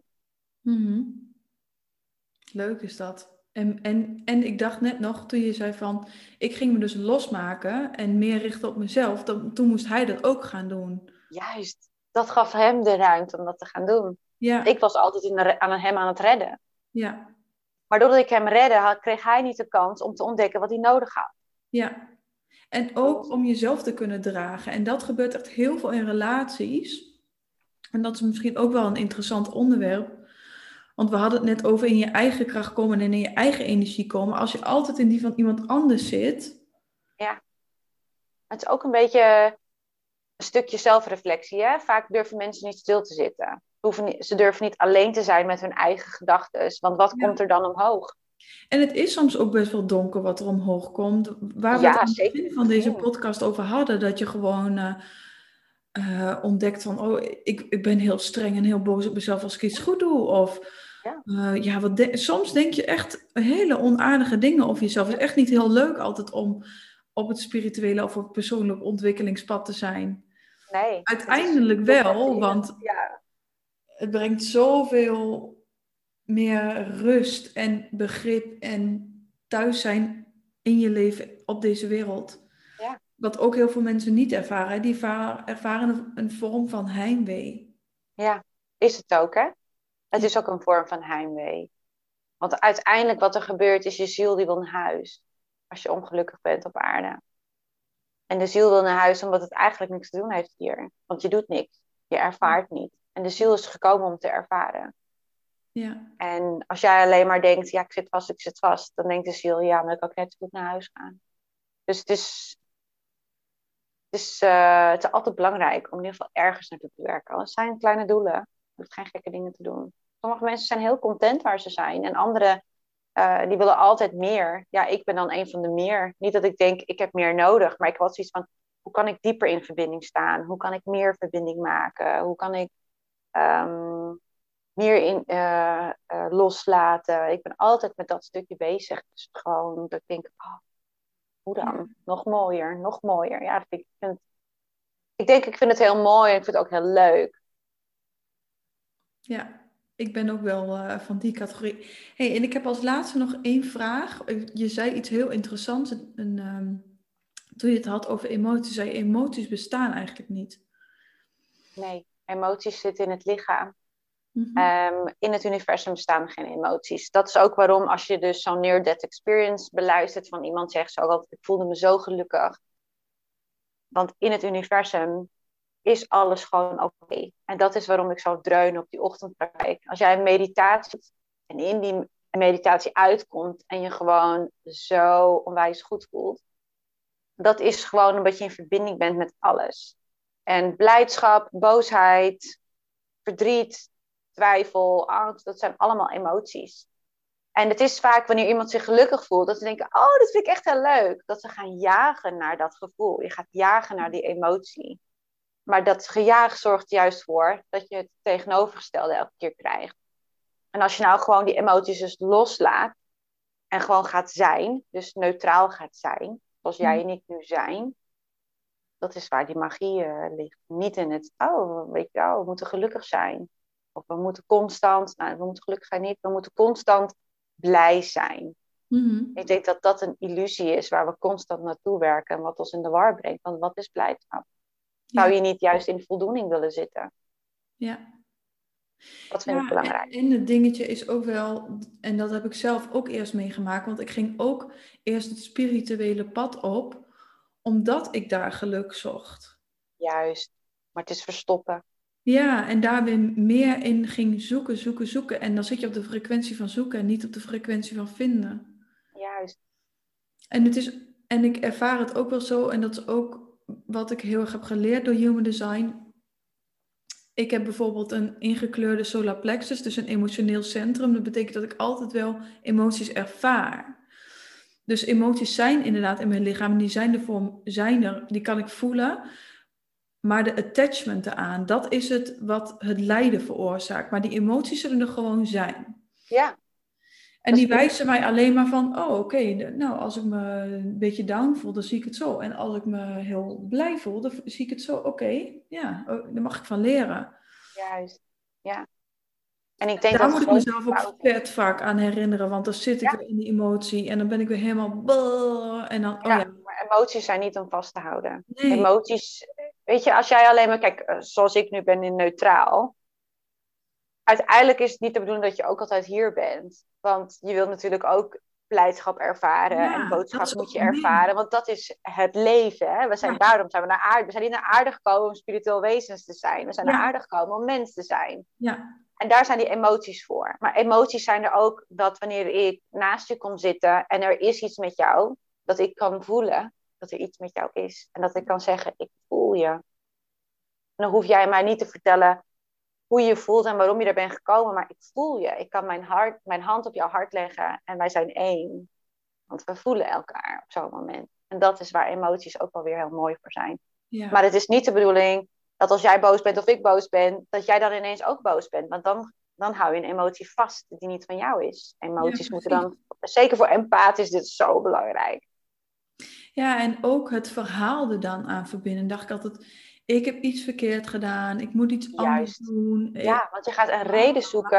Speaker 1: Leuk is dat. En ik dacht net nog, toen je zei van, ik ging me dus losmaken en meer richten op mezelf, toen moest hij dat ook gaan doen.
Speaker 2: Juist. Dat gaf hem de ruimte om dat te gaan doen.
Speaker 1: Ja.
Speaker 2: Ik was altijd hem aan het redden.
Speaker 1: Ja.
Speaker 2: Maar doordat ik hem redde, kreeg hij niet de kans om te ontdekken wat hij nodig had.
Speaker 1: Ja. En ook om jezelf te kunnen dragen. En dat gebeurt echt heel veel in relaties. En dat is misschien ook wel een interessant onderwerp. Want we hadden het net over in je eigen kracht komen en in je eigen energie komen. Als je altijd in die van iemand anders zit.
Speaker 2: Ja. Het is ook een beetje een stukje zelfreflectie. Hè? Vaak durven mensen niet stil te zitten. Ze durven niet alleen te zijn met hun eigen gedachten. Want wat komt er dan omhoog?
Speaker 1: En het is soms ook best wel donker wat er omhoog komt. Waar we het aan het begin van deze podcast over hadden. Dat je gewoon ontdekt van, oh, ik ben heel streng en heel boos op mezelf als ik iets goed doe. Of soms denk je echt hele onaardige dingen over jezelf. Het is echt niet heel leuk altijd om op het spirituele of op het persoonlijk ontwikkelingspad te zijn.
Speaker 2: Nee.
Speaker 1: Uiteindelijk wel, want het brengt zoveel meer rust en begrip en thuis zijn in je leven op deze wereld.
Speaker 2: Ja,
Speaker 1: Wat ook heel veel mensen niet ervaren. Die ervaren een vorm van heimwee.
Speaker 2: ja, is het ook, hè? Het is ook een vorm van heimwee. Want uiteindelijk wat er gebeurt is je ziel die wil naar huis. Als je ongelukkig bent op aarde. En de ziel wil naar huis omdat het eigenlijk niks te doen heeft hier. Want je doet niks. Je ervaart niet. En de ziel is gekomen om te ervaren.
Speaker 1: Ja.
Speaker 2: En als jij alleen maar denkt, ja, ik zit vast. Dan denkt de ziel, ja, maar dan kan ik net zo goed naar huis gaan. Dus het is altijd belangrijk om in ieder geval ergens naartoe te werken. Het zijn kleine doelen. Je hoeft geen gekke dingen te doen. Sommige mensen zijn heel content waar ze zijn. En anderen, die willen altijd meer. Ja, ik ben dan een van de meer. Niet dat ik denk, ik heb meer nodig. Maar ik had zoiets van, hoe kan ik dieper in verbinding staan? Hoe kan ik meer verbinding maken? Hoe kan ik meer loslaten? Ik ben altijd met dat stukje bezig. Dus gewoon dat ik denk, oh, hoe dan? Nog mooier, nog mooier. Ja, ik vind het heel mooi en ik vind het ook heel leuk.
Speaker 1: Ja, ik ben ook wel van die categorie. Hey, en ik heb als laatste nog één vraag. Je zei iets heel interessants. Toen je het had over emoties, zei je, emoties bestaan eigenlijk niet.
Speaker 2: Nee, emoties zitten in het lichaam.
Speaker 1: Mhm.
Speaker 2: In het universum bestaan geen emoties. Dat is ook waarom als je dus zo'n near-death experience beluistert van iemand, zegt ze ook altijd, ik voelde me zo gelukkig. Want in het universum is alles gewoon oké. En dat is waarom ik zo dreun op die ochtendpraktijk. Als jij een meditatie en in die meditatie uitkomt en je gewoon zo onwijs goed voelt, dat is gewoon omdat je in verbinding bent met alles. En blijdschap, boosheid, verdriet, twijfel, angst, dat zijn allemaal emoties. En het is vaak wanneer iemand zich gelukkig voelt, dat ze denken, oh, dat vind ik echt heel leuk. Dat ze gaan jagen naar dat gevoel. Je gaat jagen naar die emotie. Maar dat gejaag zorgt juist voor dat je het tegenovergestelde elke keer krijgt. En als je nou gewoon die emoties dus loslaat en gewoon gaat zijn, dus neutraal gaat zijn, zoals jij en ik nu zijn, dat is waar die magie ligt. Niet in het, oh, weet je wel, we moeten gelukkig zijn. Of we moeten constant, nou, we moeten gelukkig zijn niet, we moeten constant blij zijn.
Speaker 1: Mhm.
Speaker 2: Ik denk dat dat een illusie is waar we constant naartoe werken en wat ons in de war brengt. Want wat is blijdschap? Zou
Speaker 1: Ja,
Speaker 2: je niet juist in voldoening willen zitten?
Speaker 1: ja.
Speaker 2: Dat vind ik
Speaker 1: Ja,
Speaker 2: belangrijk.
Speaker 1: en het dingetje is ook wel, en dat heb ik zelf ook eerst meegemaakt, want ik ging ook eerst het spirituele pad op, omdat ik daar geluk zocht.
Speaker 2: Juist. Maar het is verstoppen.
Speaker 1: Ja, en daar weer meer in ging zoeken, zoeken, zoeken. En dan zit je op de frequentie van zoeken en niet op de frequentie van vinden.
Speaker 2: Juist.
Speaker 1: En ik ervaar het ook wel zo, en dat is ook wat ik heel erg heb geleerd door Human Design. Ik heb bijvoorbeeld een ingekleurde solar plexus, dus een emotioneel centrum. Dat betekent dat ik altijd wel emoties ervaar. Dus emoties zijn inderdaad in mijn lichaam, die zijn er, die kan ik voelen. Maar de attachment eraan, dat is het wat het lijden veroorzaakt. Maar die emoties zullen er gewoon zijn.
Speaker 2: Ja.
Speaker 1: En
Speaker 2: Dat
Speaker 1: die
Speaker 2: is prima.
Speaker 1: wijzen mij alleen maar van, oh oké, nou als ik me een beetje down voel, dan zie ik het zo. En als ik me heel blij voel, dan zie ik het zo, oké, ja, daar mag ik van leren.
Speaker 2: Juist. Ja. En ik denk
Speaker 1: Daar
Speaker 2: dat
Speaker 1: moet
Speaker 2: het
Speaker 1: ik
Speaker 2: grote
Speaker 1: mezelf ook
Speaker 2: fout is.
Speaker 1: vet vaak aan herinneren, want dan zit ik
Speaker 2: Ja.
Speaker 1: weer in die emotie en dan ben ik weer helemaal en dan, oh ja,
Speaker 2: Ja. Maar emoties zijn niet om vast te houden.
Speaker 1: nee,
Speaker 2: Emoties, weet je, als jij alleen maar, kijk, zoals ik nu ben in neutraal. Uiteindelijk is het niet de bedoeling dat je ook altijd hier bent. Want je wilt natuurlijk ook blijdschap ervaren en
Speaker 1: ja, dat
Speaker 2: boodschap
Speaker 1: is
Speaker 2: moet
Speaker 1: ook
Speaker 2: je
Speaker 1: een ding.
Speaker 2: ervaren. Want dat is het leven. Hè?
Speaker 1: Ja,
Speaker 2: Daarom zijn we naar aarde. We zijn niet naar aarde gekomen om spiritueel wezens te zijn. We zijn naar
Speaker 1: ja,
Speaker 2: aarde gekomen om mens te zijn.
Speaker 1: ja,
Speaker 2: En daar zijn die emoties voor. Maar emoties zijn er ook dat wanneer ik naast je kom zitten en er is iets met jou, dat ik kan voelen dat er iets met jou is. En dat ik kan zeggen, ik voel je. En dan hoef jij mij niet te vertellen hoe je je voelt en waarom je er bent gekomen, maar ik voel je. Ik kan mijn hand op jouw hart leggen en wij zijn één. Want we voelen elkaar op zo'n moment. En dat is waar emoties ook wel weer heel mooi voor zijn. Maar
Speaker 1: ja,
Speaker 2: het is niet de bedoeling dat als jij boos bent of ik boos ben, dat jij dan ineens ook boos bent. Want dan hou je een emotie vast die niet van jou is.
Speaker 1: ja,
Speaker 2: Emoties moeten
Speaker 1: precies.
Speaker 2: dan, zeker voor empath is dit zo belangrijk.
Speaker 1: Ja, en ook het verhaal er dan aan verbinden. Dacht ik altijd, ik heb iets verkeerd gedaan, ik moet iets anders
Speaker 2: Juist.
Speaker 1: doen.
Speaker 2: Ja, want je gaat een reden zoeken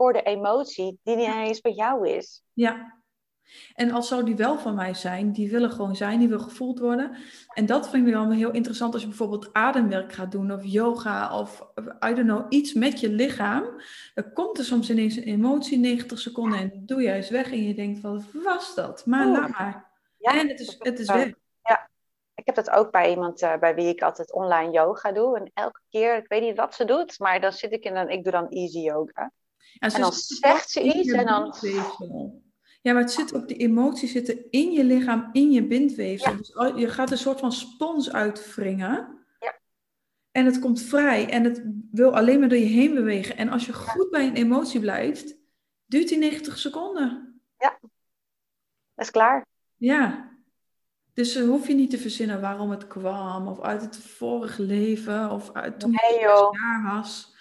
Speaker 2: voor de emotie die niet eens bij jou is.
Speaker 1: Ja. En als zou die wel van mij zijn, die willen gewoon zijn, die wil gevoeld worden. En dat vind ik dan wel heel interessant als je bijvoorbeeld ademwerk gaat doen of yoga of I don't know, iets met je lichaam. Dan komt er soms ineens een emotie, 90 seconden en doe je eens weg en je denkt van, wat was dat? Maar laat maar.
Speaker 2: Ja,
Speaker 1: En
Speaker 2: dat
Speaker 1: het
Speaker 2: heb
Speaker 1: is
Speaker 2: ik
Speaker 1: weg.
Speaker 2: ook. Ja, ik heb dat ook bij iemand bij wie ik altijd online yoga doe. En elke keer, ik weet niet wat ze doet, maar dan zit ik ik doe dan easy yoga.
Speaker 1: En
Speaker 2: En
Speaker 1: ze
Speaker 2: dan
Speaker 1: zitten vast
Speaker 2: zegt ze
Speaker 1: in
Speaker 2: iets
Speaker 1: je
Speaker 2: en dan...
Speaker 1: bindweefsel. Ja, maar het zit ook, die emoties zitten in je lichaam, in je bindweefsel.
Speaker 2: Ja,
Speaker 1: Dus je gaat een soort van spons uitwringen.
Speaker 2: ja,
Speaker 1: En het komt vrij en het wil alleen maar door je heen bewegen. En als je
Speaker 2: ja,
Speaker 1: goed bij een emotie blijft, duurt die 90 seconden.
Speaker 2: ja, dat is klaar.
Speaker 1: Ja, dus hoef je niet te verzinnen waarom het kwam, of uit het vorige leven, of uit toen je
Speaker 2: Nee
Speaker 1: 6
Speaker 2: joh.
Speaker 1: jaar was.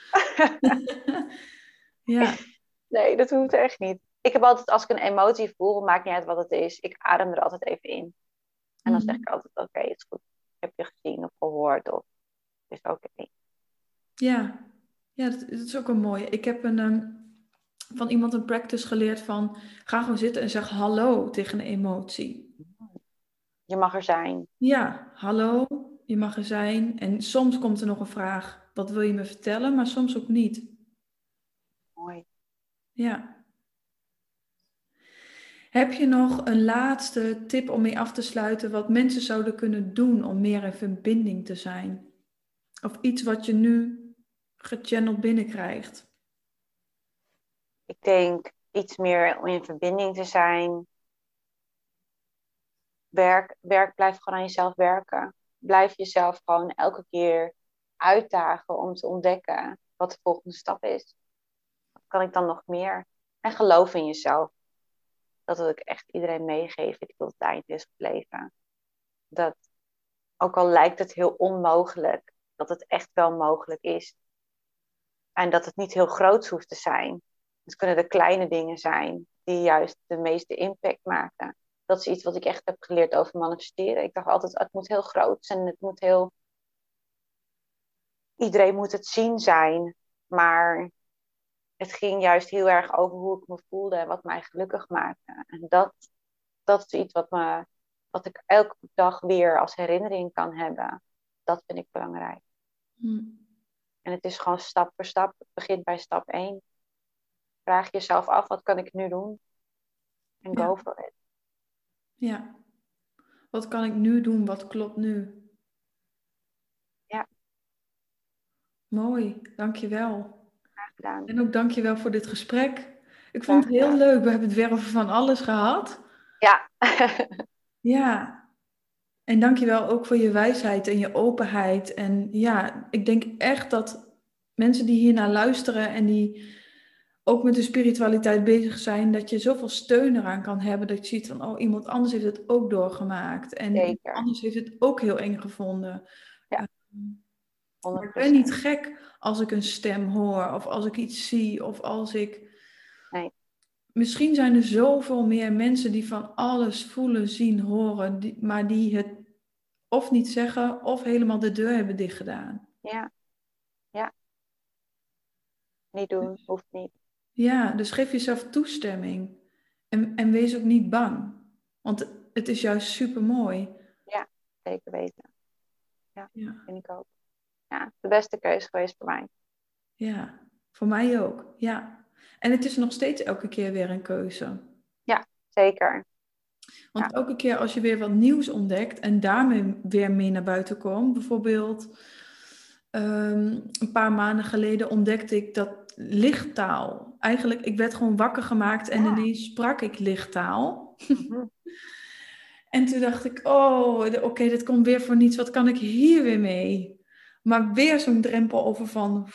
Speaker 1: Ja.
Speaker 2: Nee, dat hoeft echt niet. Ik heb altijd, als ik een emotie voel, maakt niet uit wat het is, ik adem er altijd even in. En dan zeg
Speaker 1: Mhm.
Speaker 2: ik altijd, oké, het is goed. Ik heb je gezien of gehoord of het is oké.
Speaker 1: Ja, ja, dat is ook een mooie. Ik heb van iemand een practice geleerd van, ga gewoon zitten en zeg hallo tegen een emotie.
Speaker 2: Je mag er zijn.
Speaker 1: Ja, hallo, je mag er zijn. En soms komt er nog een vraag, wat wil je me vertellen? Maar soms ook niet.
Speaker 2: Mooi.
Speaker 1: Ja. Heb je nog een laatste tip om mee af te sluiten wat mensen zouden kunnen doen om meer in verbinding te zijn? Of iets wat je nu gechanneld binnenkrijgt?
Speaker 2: Ik denk iets meer om in verbinding te zijn. Blijf gewoon aan jezelf werken. Blijf jezelf gewoon elke keer uitdagen om te ontdekken wat de volgende stap is. Wat kan ik dan nog meer? En geloof in jezelf. Dat wil ik echt iedereen meegeven die tot het eind is gebleven. Dat ook al lijkt het heel onmogelijk, dat het echt wel mogelijk is. En dat het niet heel groot hoeft te zijn. Het kunnen de kleine dingen zijn die juist de meeste impact maken. Dat is iets wat ik echt heb geleerd over manifesteren. Ik dacht altijd, het moet heel groot zijn. Het moet heel... Iedereen moet het zien zijn. Maar het ging juist heel erg over hoe ik me voelde en wat mij gelukkig maakte. En dat is iets wat ik elke dag weer als herinnering kan hebben. Dat vind ik belangrijk.
Speaker 1: Hm.
Speaker 2: En het is gewoon stap voor stap. Het begint bij stap 1. Vraag jezelf af, wat kan ik nu doen? En
Speaker 1: Ja,
Speaker 2: go for it.
Speaker 1: ja. Wat kan ik nu doen? Wat klopt nu?
Speaker 2: Ja,
Speaker 1: Mooi, dankjewel.
Speaker 2: graag gedaan.
Speaker 1: En ook dankjewel voor dit gesprek. Ik vond
Speaker 2: Graag
Speaker 1: het heel
Speaker 2: gedaan.
Speaker 1: leuk. We hebben het weer over van alles gehad.
Speaker 2: Ja.
Speaker 1: Ja, en dankjewel ook voor je wijsheid en je openheid. En ja, ik denk echt dat mensen die hiernaar luisteren en die ook met de spiritualiteit bezig zijn, dat je zoveel steun eraan kan hebben. Dat je ziet van, oh, iemand anders heeft het ook doorgemaakt. En iemand
Speaker 2: Zeker.
Speaker 1: anders heeft het ook heel eng gevonden.
Speaker 2: Ja,
Speaker 1: Ehm, maar ik ben niet
Speaker 2: 100%.
Speaker 1: gek als ik een stem hoor of als ik iets zie of als ik...
Speaker 2: Nee,
Speaker 1: Misschien zijn er zoveel meer mensen die van alles voelen, zien, horen, maar die het of niet zeggen of helemaal de deur hebben dichtgedaan.
Speaker 2: ja, ja. Niet doen, hoeft niet.
Speaker 1: Ja, dus geef jezelf toestemming en wees ook niet bang, want het is juist super mooi.
Speaker 2: Ja, zeker weten. Ja,
Speaker 1: Ja,
Speaker 2: vind ik ook. Ja, de beste keuze geweest voor mij.
Speaker 1: ja, voor mij ook. Ja, en het is nog steeds elke keer weer een keuze.
Speaker 2: Ja, zeker.
Speaker 1: Want
Speaker 2: Ja,
Speaker 1: elke keer als je weer wat nieuws ontdekt en daarmee weer mee naar buiten komt, bijvoorbeeld een paar maanden geleden ontdekte ik dat lichttaal. Eigenlijk, ik werd gewoon wakker gemaakt en
Speaker 2: ja.
Speaker 1: ineens sprak ik lichttaal.
Speaker 2: Mhm.
Speaker 1: En toen dacht ik, oh, oké, dit komt weer voor niets. Wat kan ik hier weer mee? Maar weer zo'n drempel over van,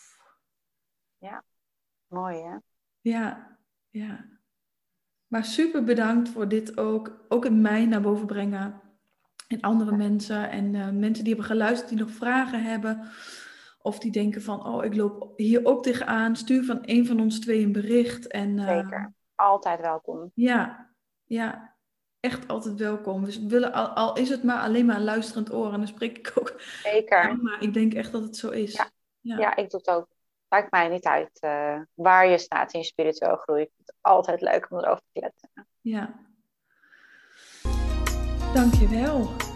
Speaker 2: Ja, mooi hè?
Speaker 1: ja, ja. Maar super bedankt voor dit ook in mij naar boven brengen. En andere mensen en mensen die hebben geluisterd, die nog vragen hebben. Of die denken van, oh, ik loop hier ook tegenaan. Stuur van een van ons twee een bericht. En
Speaker 2: Zeker. Altijd welkom.
Speaker 1: ja, ja, echt altijd welkom. We willen, al is het maar alleen maar een luisterend oor. En dan spreek ik ook
Speaker 2: Zeker.
Speaker 1: aan, maar ik denk echt dat het zo
Speaker 2: Ja,
Speaker 1: is.
Speaker 2: ja,
Speaker 1: Ja,
Speaker 2: ik doe het ook. maakt mij niet uit waar je staat in je spirituele groei. Ik vind het altijd leuk om erover te kletsen.
Speaker 1: Ja. Dankjewel.